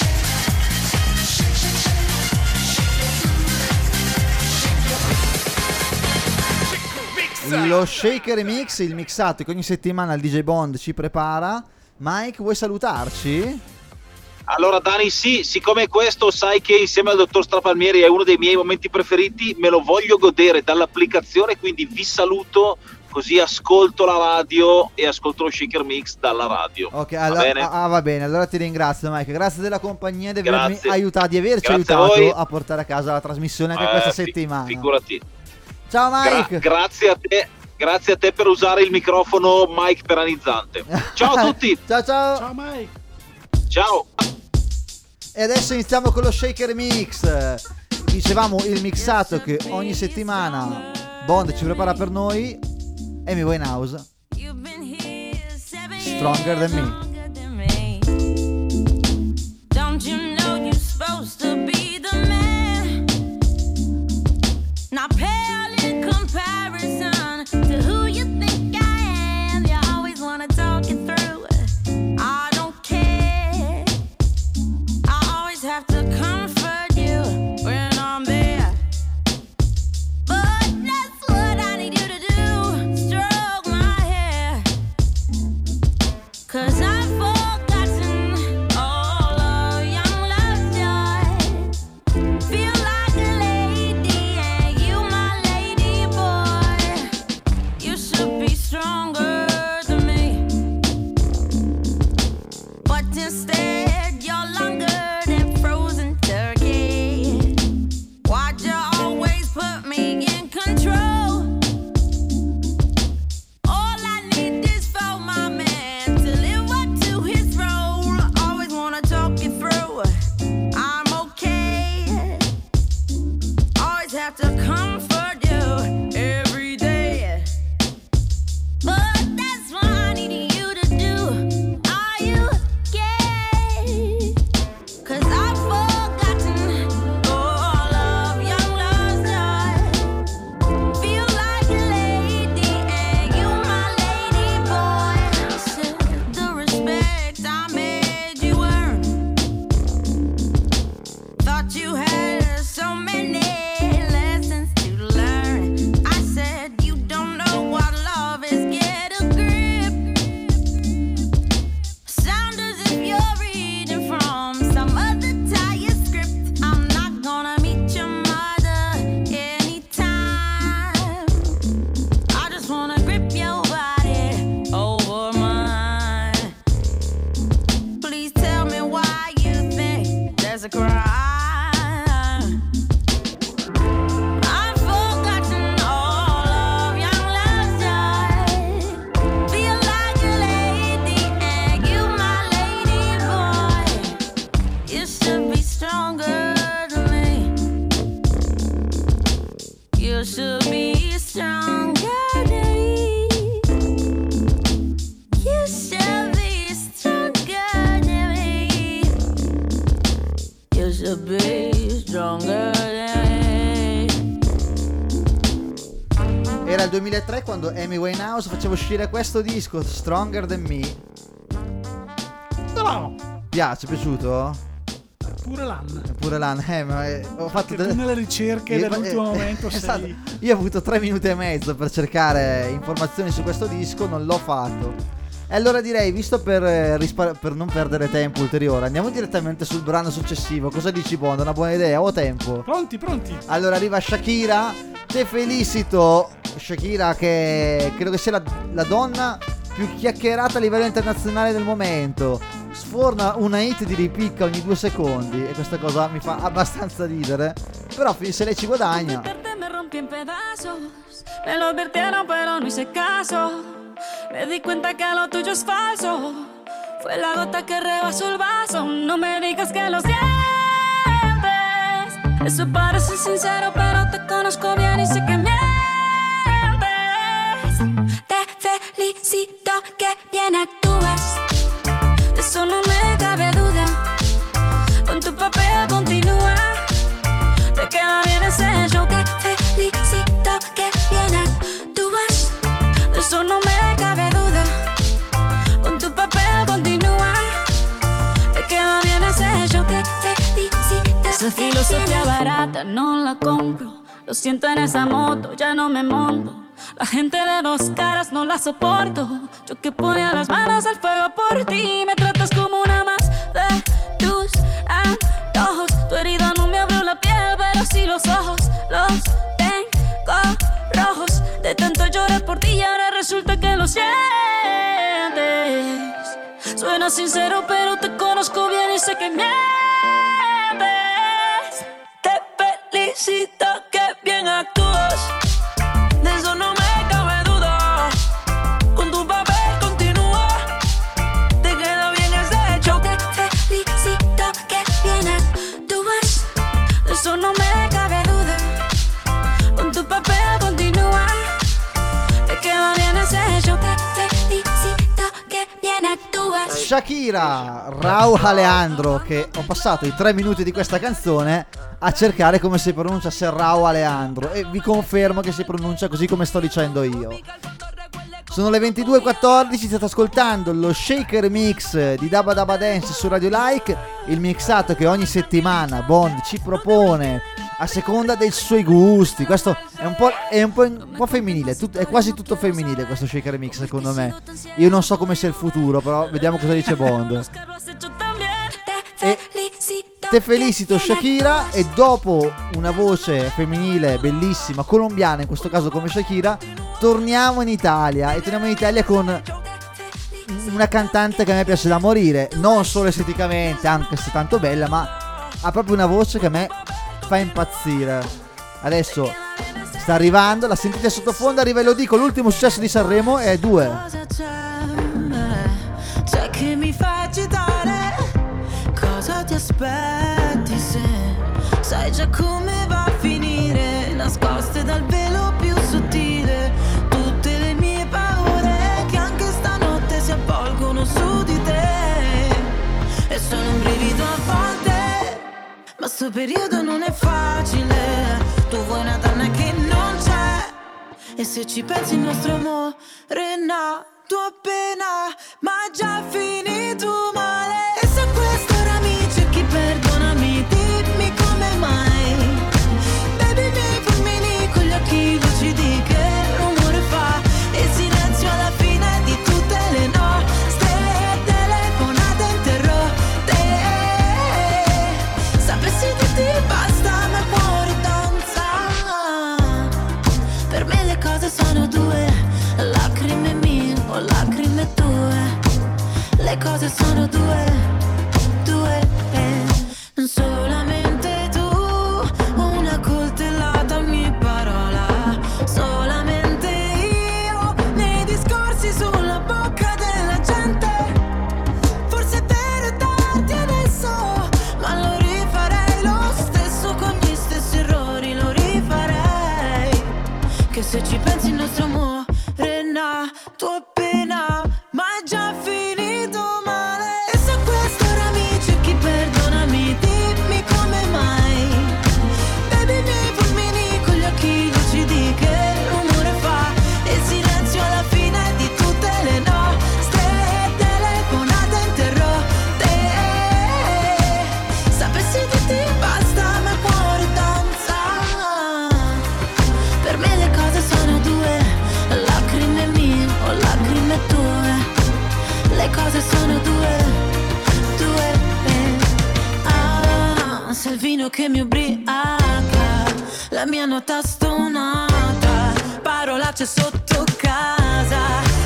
Lo Shaker Mix, il mixato che ogni settimana il DJ Bond ci prepara. Mike, vuoi salutarci? Allora Dani, sì, siccome questo sai che insieme al dottor Strapalmieri è uno dei miei momenti preferiti, me lo voglio godere dall'applicazione, quindi vi saluto, così ascolto la radio e ascolto lo Shaker Mix dalla radio. Ok, va allora, bene? Va bene, allora ti ringrazio Mike, grazie della compagnia, di averci Grazie aiutato a portare a casa la trasmissione anche questa settimana. Figurati. Ciao Mike. Grazie a te per usare il microfono Mike Peranizzante. Ciao a tutti. Ciao Mike. Ciao. E adesso iniziamo con lo Shaker Mix. Dicevamo il mixato che ogni settimana Bond ci prepara per noi. Amy Winehouse, Stronger Than Me. Don't you know you're supposed to be the man? Not pale in comparison to who you think I am. You always wanna talk it through. I don't care. I always have to comfort you when I'm there. But that's what I need you to do. Stroke my hair. 'Cause I've forgotten all of young love's joy. Feel like a lady and you my lady boy. You should be stronger than me. But instead you're longer than frozen turkey. Why'd you always put me in control? All I need is for my man to live up to his role. Always wanna talk it through. I'm okay. Always have to comfort you every day. But that's what I need you to do. Are you gay? 'Cause I've forgotten all of young love's joy. Feel like a lady and you my lady boy. Said the respect I made you earn. Thought you had so many lessons to learn. I said you don't know what love is, get a grip. Sound as if you're reading from some other tired script. I'm not gonna meet your mother anytime. I just wanna grip your body over mine. Please tell me why you think there's a crime. I've forgotten all of young love's joy. Feel like a lady and you my lady boy. You should be stronger than me. You should be stronger than me. You should be stronger than me. You should be stronger than me. Era il 2003 quando Amy Winehouse faceva uscire questo disco, Stronger Than Me. No. Piace, è piaciuto? Pure l'an. Ma ho fatto nelle ricerche dell'ultimo momento esatto. sei... Io ho avuto 3 minuti e mezzo per cercare informazioni su questo disco, non l'ho fatto. E allora direi, visto per non perdere tempo ulteriore, andiamo direttamente sul brano successivo. Cosa dici, Bond? Una buona idea? Ho tempo? Pronti. Allora arriva Shakira. Te felicito, Shakira, che credo che sia la donna più chiacchierata a livello internazionale del momento. Sforna una hit di ripicca ogni 2 secondi e questa cosa mi fa abbastanza ridere. Però se lei ci guadagna. Me rompí en pedazos, me lo advirtieron pero no hice caso. Me di cuenta que lo tuyo es falso. Fue la gota que rebasó el vaso. No me digas que lo sientes. Eso parece sincero, pero te conozco bien y sé que mientes. Te felicito que bien actúas. De eso no me cabe duda. Con tu papel continúa. Te queda bien ese show. Te felicito que bien actúas. De eso no me cabe duda. Con tu papel continúa. Te queda bien ese show. Te felicito. Esa filosofía barata no la compro. Lo siento en esa moto, ya no me monto. La gente de 2 caras no la soporto. Yo que ponía las manos al fuego por ti. Me tratas como una más de tus antojos. Tu herida no me abrió la piel, pero sí los ojos. Los tengo rojos. De tanto llorar por ti y ahora resulta que lo sientes. Suena sincero, pero te conozco bien y sé que mientes. Te felicito que bien actúas. De eso no me cabe duda. Con tu papel continúa. Te queda bien ese show. Te felicito que bien actúas. De eso no me cabe duda. Con tu papel continúa. Te queda bien ese show. Te felicito que bien actúas. Shakira, Rauw Alejandro, che ho passato i 3 minuti di questa canzone a cercare come si pronunciasse Rauw Alejandro e vi confermo che si pronuncia così come sto dicendo io. Sono le 22:14, state ascoltando lo Shaker Mix di Dabba Dabba Dance su Radio Like, il mixato che ogni settimana Bond ci propone a seconda dei suoi gusti. Questo è un po' femminile, è quasi tutto femminile questo Shaker Mix secondo me. Io non so come sia il futuro, però vediamo cosa dice Bond. E te felicito Shakira, e dopo una voce femminile bellissima, colombiana in questo caso come Shakira, torniamo in Italia, e torniamo in Italia con una cantante che a me piace da morire, non solo esteticamente, anche se tanto bella, ma ha proprio una voce che a me fa impazzire. Adesso sta arrivando, la sentite sottofondo, arriva Elodie con l'ultimo successo di Sanremo, e è 2. C'è che mi fa agitare. Cosa ti aspetti se sai già come va a finire? Nascoste dal velo più sottile tutte le mie paure che anche stanotte si avvolgono su di te. E sono un brivido a volte, ma sto periodo non è facile. Tu vuoi una donna che non c'è, e se ci pensi il nostro amore è nato appena, ma già finito male. E se questo perdonami, dimmi come mai. Baby, i miei fulmini con gli occhi lucidi, che rumore fa il silenzio alla fine di tutte le nostre telefonate interrotte. Sapessi dirti basta, ma il cuore danza. Per me le cose sono 2, lacrime mie o lacrime tue. Le cose sono 2. Solamente tu, una coltellata ogni parola. Solamente io, nei discorsi sulla bocca della gente. Forse è vero tardi adesso, ma lo rifarei lo stesso, con gli stessi errori lo rifarei. Che se ci pensi il nostro amore è nato appena, ma è già finito male. E se questo vino che mi ubriaca, la mia nota stonata, parolacce sotto casa.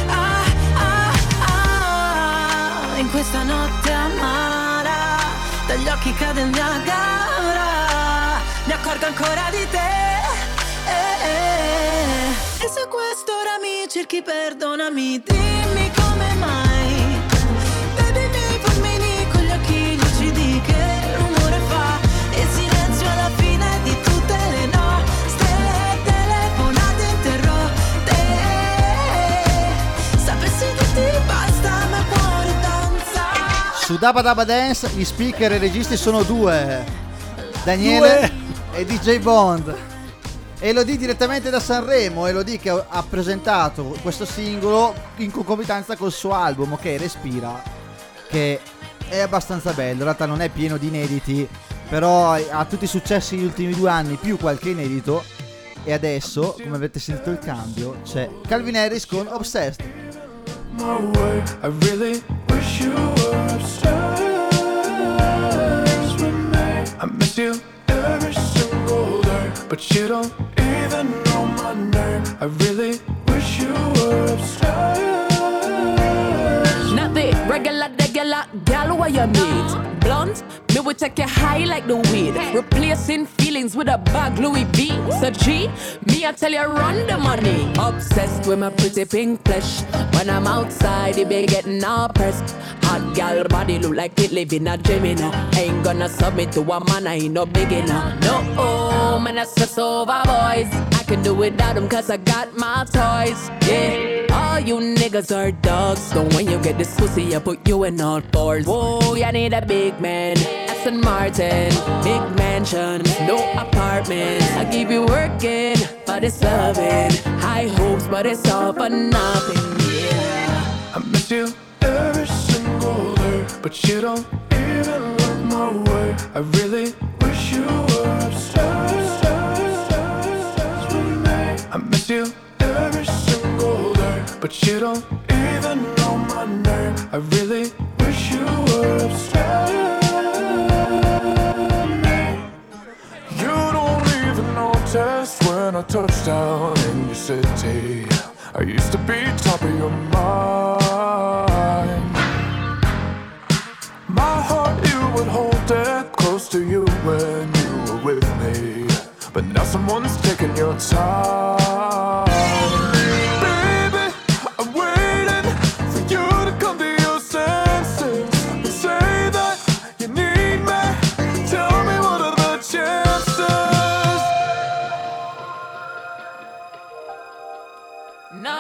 In questa notte amara, dagli occhi cade il Niagara, mi accorgo ancora di te. E se quest'ora mi cerchi, perdonami, dimmi come mai. Baby, mi fulmini con gli occhi lucidi, che rumore fa il silenzio alla fine di tutte le nostre telefonate interrotte. Sapessi che ti basta, ma il cuore danza. Su Dabba Dabba Dance gli speaker e i registi sono due, Daniele e DJ Bond. Elodie direttamente da Sanremo, Elodie che ha presentato questo singolo in concomitanza col suo album, ok, Respira, che è abbastanza bello, in realtà non è pieno di inediti, però ha tutti i successi degli ultimi 2 anni più qualche inedito. E adesso, come avete sentito il cambio, c'è Calvin Harris con Obsessed. I really wish you were obsessed with me. I miss you every single day, but you don't even know my name. I really wish you were obsessed. Not the regular gal where you meet. Blunt, me will take you high like the weed. Replacing feelings with a bag Louis V. So G, me I tell you run the money. Obsessed with my pretty pink flesh. When I'm outside, it be getting all pressed. Hot gal body look like it live in a gym, you know. Ain't gonna submit to a man, I ain't no beginner. No, man, I stress over boys. I can do without them cause I got my toys. Yeah, all you niggas are dogs. So when you get this pussy, I put you in all fours. Whoa, you need a big man, Aston Martin, big mansion, no apartment. I keep you working, but it's loving. High hopes, but it's all for nothing, yeah. I miss you every single day, but you don't even look my way. I really wish you were obsessed with me. I miss you every single day, but you don't even know my name. I really wish you were obsessed with me. You don't even notice when I touch down in your city. I used to be top of your mind. My heart, you would hold it close to you when you were with me. But now someone's taking your time. Baby, I'm waiting for you to come to your senses and say that you need me. Tell me what are the chances? No.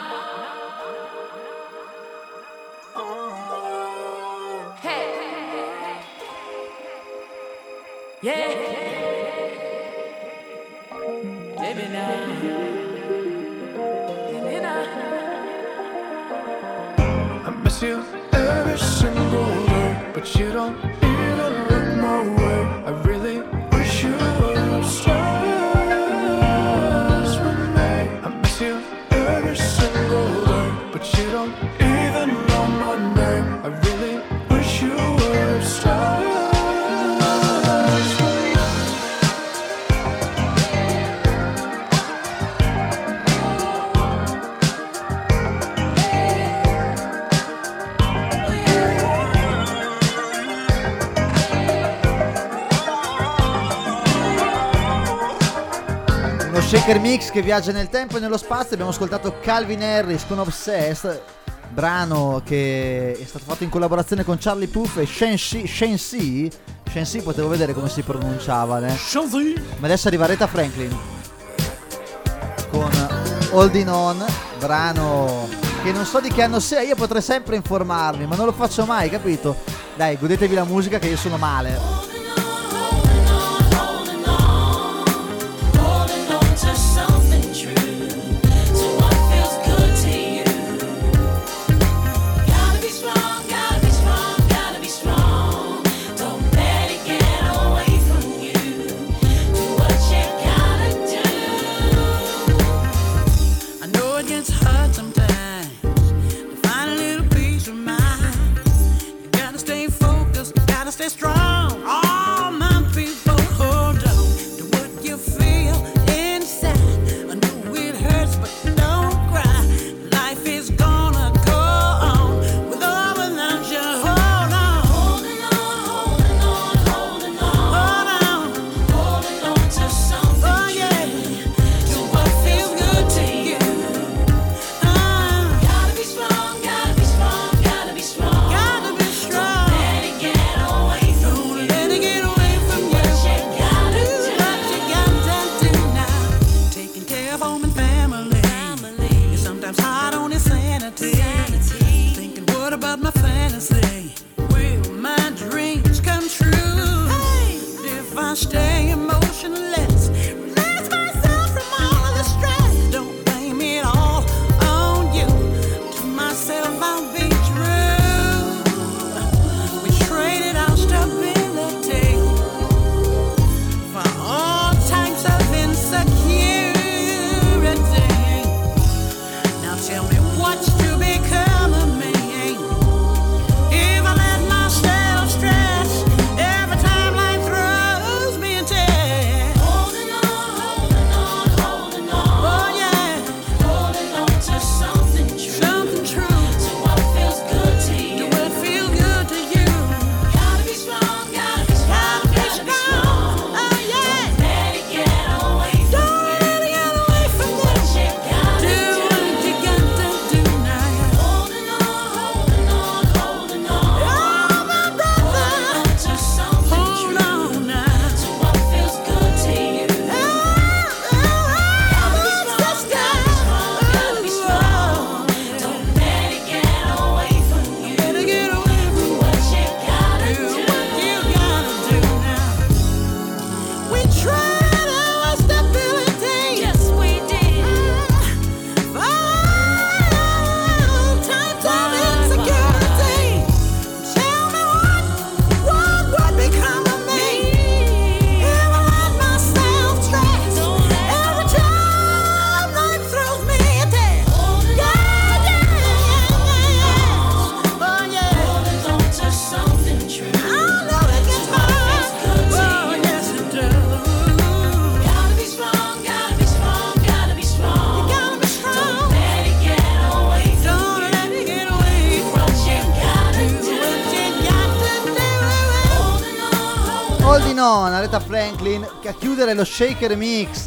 Hey. Yeah. Baby now. Baby now. I miss you every single day, but you don't even look my way. I really wish you were obsessed with me. I miss you every single day, but you don't even know my name. I really wish you were obsessed with me. Uno shaker mix che viaggia nel tempo e nello spazio. Abbiamo ascoltato Calvin Harris con Obsessed, brano che è stato fatto in collaborazione con Charlie Puth e Shensi. Potevo vedere come si pronunciava, ma adesso arriva Aretha Franklin con Holding On, brano che non so di che anno sia. Io potrei sempre informarmi, ma non lo faccio mai, capito? Dai, godetevi la musica che io sono male. Stay strong. about my fantasy? Will my dreams come true? Hey, if I stay emotionless, release myself from all of the stress. Don't blame it all on you. To myself I'll be true. We traded our stability for all types of insecurity. Now tell me what's to become of me if I let myself stress every time life throws me a test. Holding on, holding on. Oh yeah. Holding on to something true. Something true. To what feels good to you. To what feels good to you. Gotta be strong, gotta be strong, gotta be strong. Oh yeah. Don't let it get away from you. Don't let it get away from you. What you gotta do. What you got to do now. Holding on, holding on. Oh my brother. Holding on to something true. Hold on now. To what feels good to you. Gotta be strong, gotta be strong. Don't let it get away from you. Gotta get away from what you gotta do. What you gotta do now. We tried our stability. Yes, we did. Oh, times of insecurity. Tell me what would become of me if I let myself stress every time life throws me a test. Yeah, oh yeah. Holding on to something true. I know it gets hard. Oh yes it does. Gotta be strong, gotta be strong, gotta be strong. You gotta be strong. Don't let it get away from you. Don't let it get away from what you gotta do. What you got to do. Holding on. Holding on, Aretha Franklin, che a chiudere lo Shaker Mix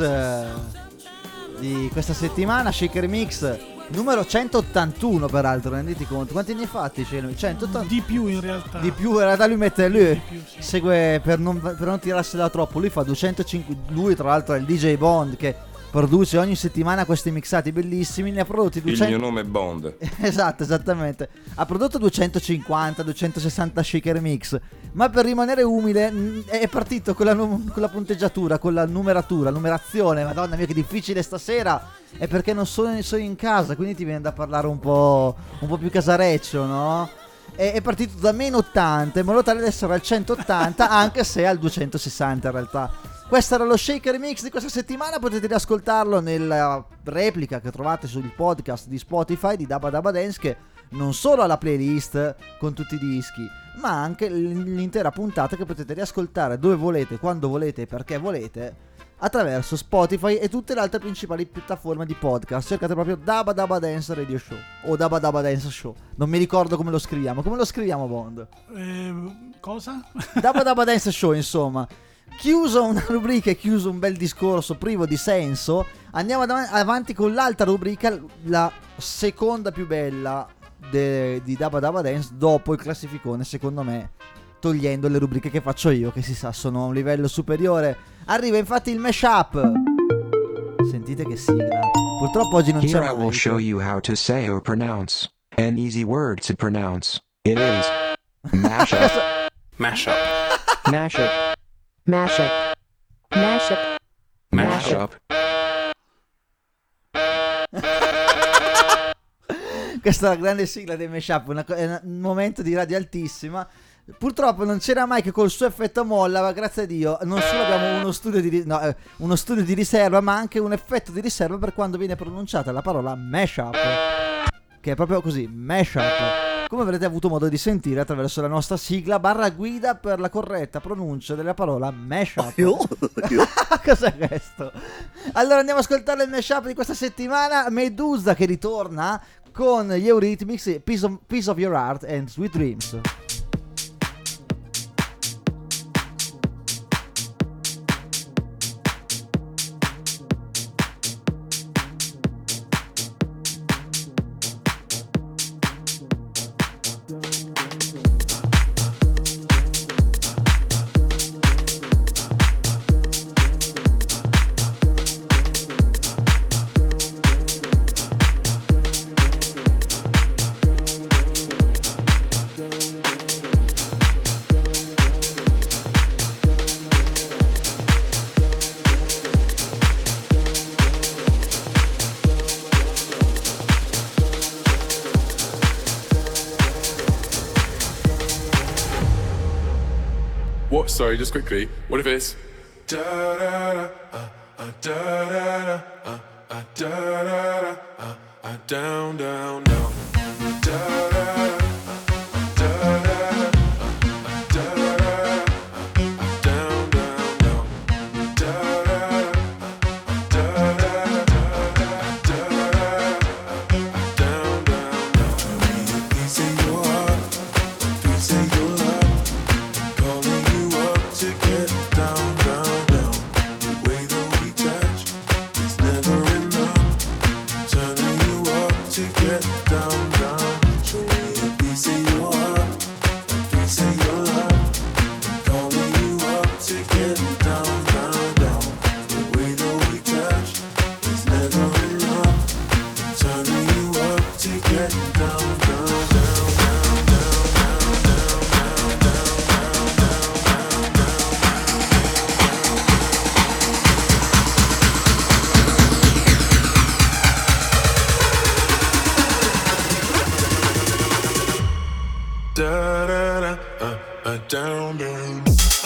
di questa settimana. Shaker Mix numero 181, peraltro, renditi conto. Quanti ne hai fatti? 180? Di più in realtà. Di più, in realtà lui mette lui più, sì. segue per non tirarsela troppo. Lui fa 205. Lui tra l'altro è il DJ Bond che produce ogni settimana questi mixati bellissimi. Ne ha prodotti 200. Il mio nome è Bond. Esatto, esattamente. Ha prodotto 250, 260 shaker mix. Ma per rimanere umile è partito con la punteggiatura, con la numerazione. Madonna mia, che difficile stasera. È perché non sono in casa, quindi ti viene da parlare un po' più casareccio, no? È partito da meno 80 in modo tale da essere al 180, anche se al 260 in realtà. Questo era lo Shaker Mix di questa settimana. Potete riascoltarlo nella replica che trovate sul podcast di Spotify di Dabba Dabba Dance, che non solo ha la playlist con tutti i dischi, ma anche l'intera puntata che potete riascoltare dove volete, quando volete e perché volete, attraverso Spotify e tutte le altre principali piattaforme di podcast. Cercate proprio Dabba Dabba Dance Radio Show o Dabba Dabba Dance Show. Non mi ricordo come lo scriviamo. Come lo scriviamo, Bond? Cosa? Dabba Dabba Dance Show, insomma. Chiuso una rubrica e chiuso un bel discorso privo di senso, andiamo avanti con l'altra rubrica, la seconda più bella di Dabba Dabba Dance dopo il classificone, secondo me, togliendo le rubriche che faccio io, che si sa sono a un livello superiore. Arriva infatti il mashup. Sentite che sigla. Purtroppo oggi non c'è Here I will show you how to say or pronounce an easy word to pronounce. It is mashup. Mashup. Mashup. Mashup. Mashup. Mashup. Questa è la grande sigla dei mashup, è un momento di radio altissima. Purtroppo non c'era mai che col suo effetto molla, ma grazie a Dio non solo abbiamo uno studio di riserva, ma anche un effetto di riserva per quando viene pronunciata la parola mashup, che è proprio così, mashup, come avrete avuto modo di sentire attraverso la nostra sigla / guida per la corretta pronuncia della parola mashup. Cos'è questo? Allora andiamo ad ascoltare il mashup di questa settimana. Medusa che ritorna con gli Eurythmics, Piece of Your Heart and Sweet Dreams. What? Sorry, just quickly. What if it's da da da da da down down down da da down down.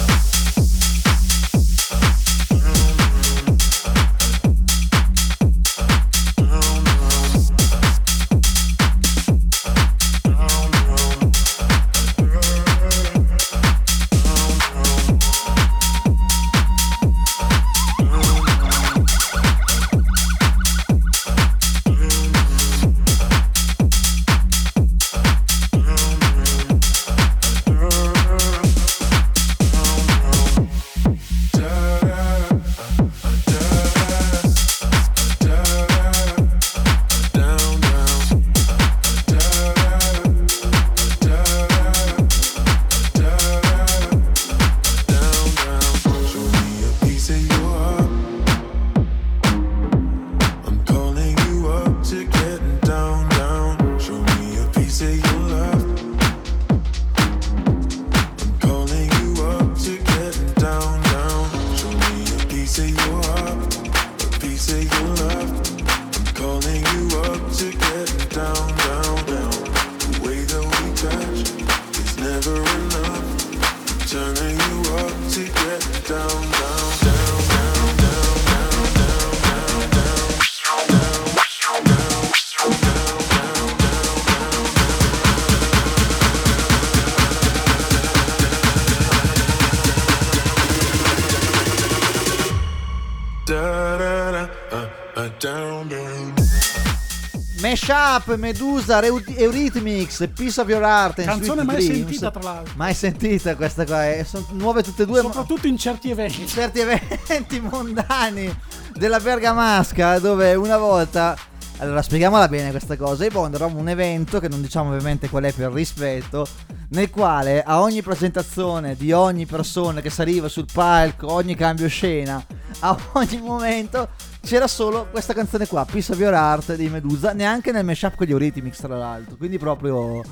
Mashup, Medusa, Eurythmics, Piece of Your Heart, canzone mai Dreams. sentita tra l'altro. Mai sentita questa qua, sono nuove tutte e due. Soprattutto in certi eventi. In certi eventi mondani della bergamasca, dove una volta... Allora, spieghiamola bene questa cosa. I Bond era un evento, che non diciamo ovviamente qual è per rispetto, nel quale a ogni presentazione di ogni persona che saliva sul palco, ogni cambio scena, a ogni momento c'era solo questa canzone qua, Piece of Your Heart di Medusa, neanche nel mashup con gli Eurythmics tra l'altro, quindi proprio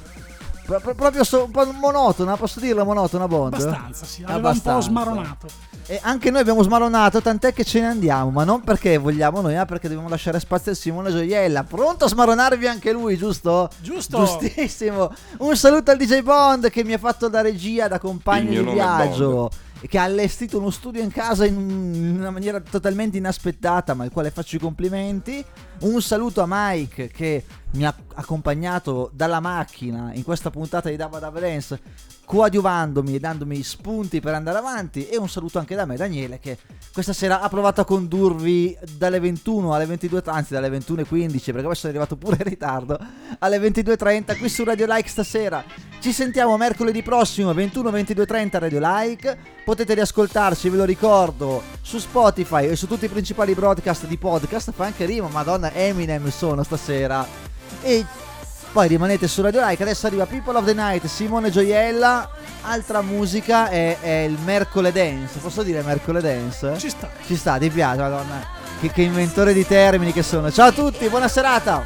un po' monotona, posso dirla monotona Bond? Abbastanza, sì, aveva un po' smaronato. E anche noi abbiamo smaronato, tant'è che ce ne andiamo, ma non perché vogliamo noi, ma perché dobbiamo lasciare spazio a Simone Gioiella, pronto a smaronarvi anche lui, giusto? Giusto. Giustissimo. Un saluto al DJ Bond che mi ha fatto da regia, da compagno di viaggio, che ha allestito uno studio in casa in una maniera totalmente inaspettata, ma al quale faccio i complimenti. Un saluto a Mike che mi ha accompagnato dalla macchina in questa puntata di Dabba Dabba Dance, coadiuvandomi e dandomi spunti per andare avanti, e un saluto anche da me, Daniele, che questa sera ha provato a condurvi dalle 21 alle 22, anzi dalle 21:15, perché poi sono arrivato pure in ritardo, alle 22:30 qui su Radio Like stasera. Ci sentiamo mercoledì prossimo 21-22:30 Radio Like. Potete riascoltarci, ve lo ricordo, su Spotify e su tutti i principali broadcast di podcast. Fa anche rima, madonna, Eminem sono stasera. E poi rimanete su Radio Like. Adesso arriva People of the Night, Simone Gioiella. Altra musica è il Mercoledì Dance. Posso dire Mercoledì Dance? Ci sta, ti piace, madonna? Che inventore di termini che sono. Ciao a tutti, buona serata.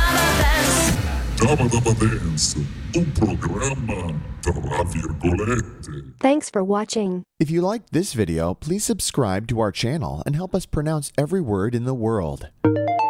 Dabba Dabba Dance, un programma tra virgolette. Thanks for watching. If you liked this video, please subscribe to our channel and help us pronounce every word in the world.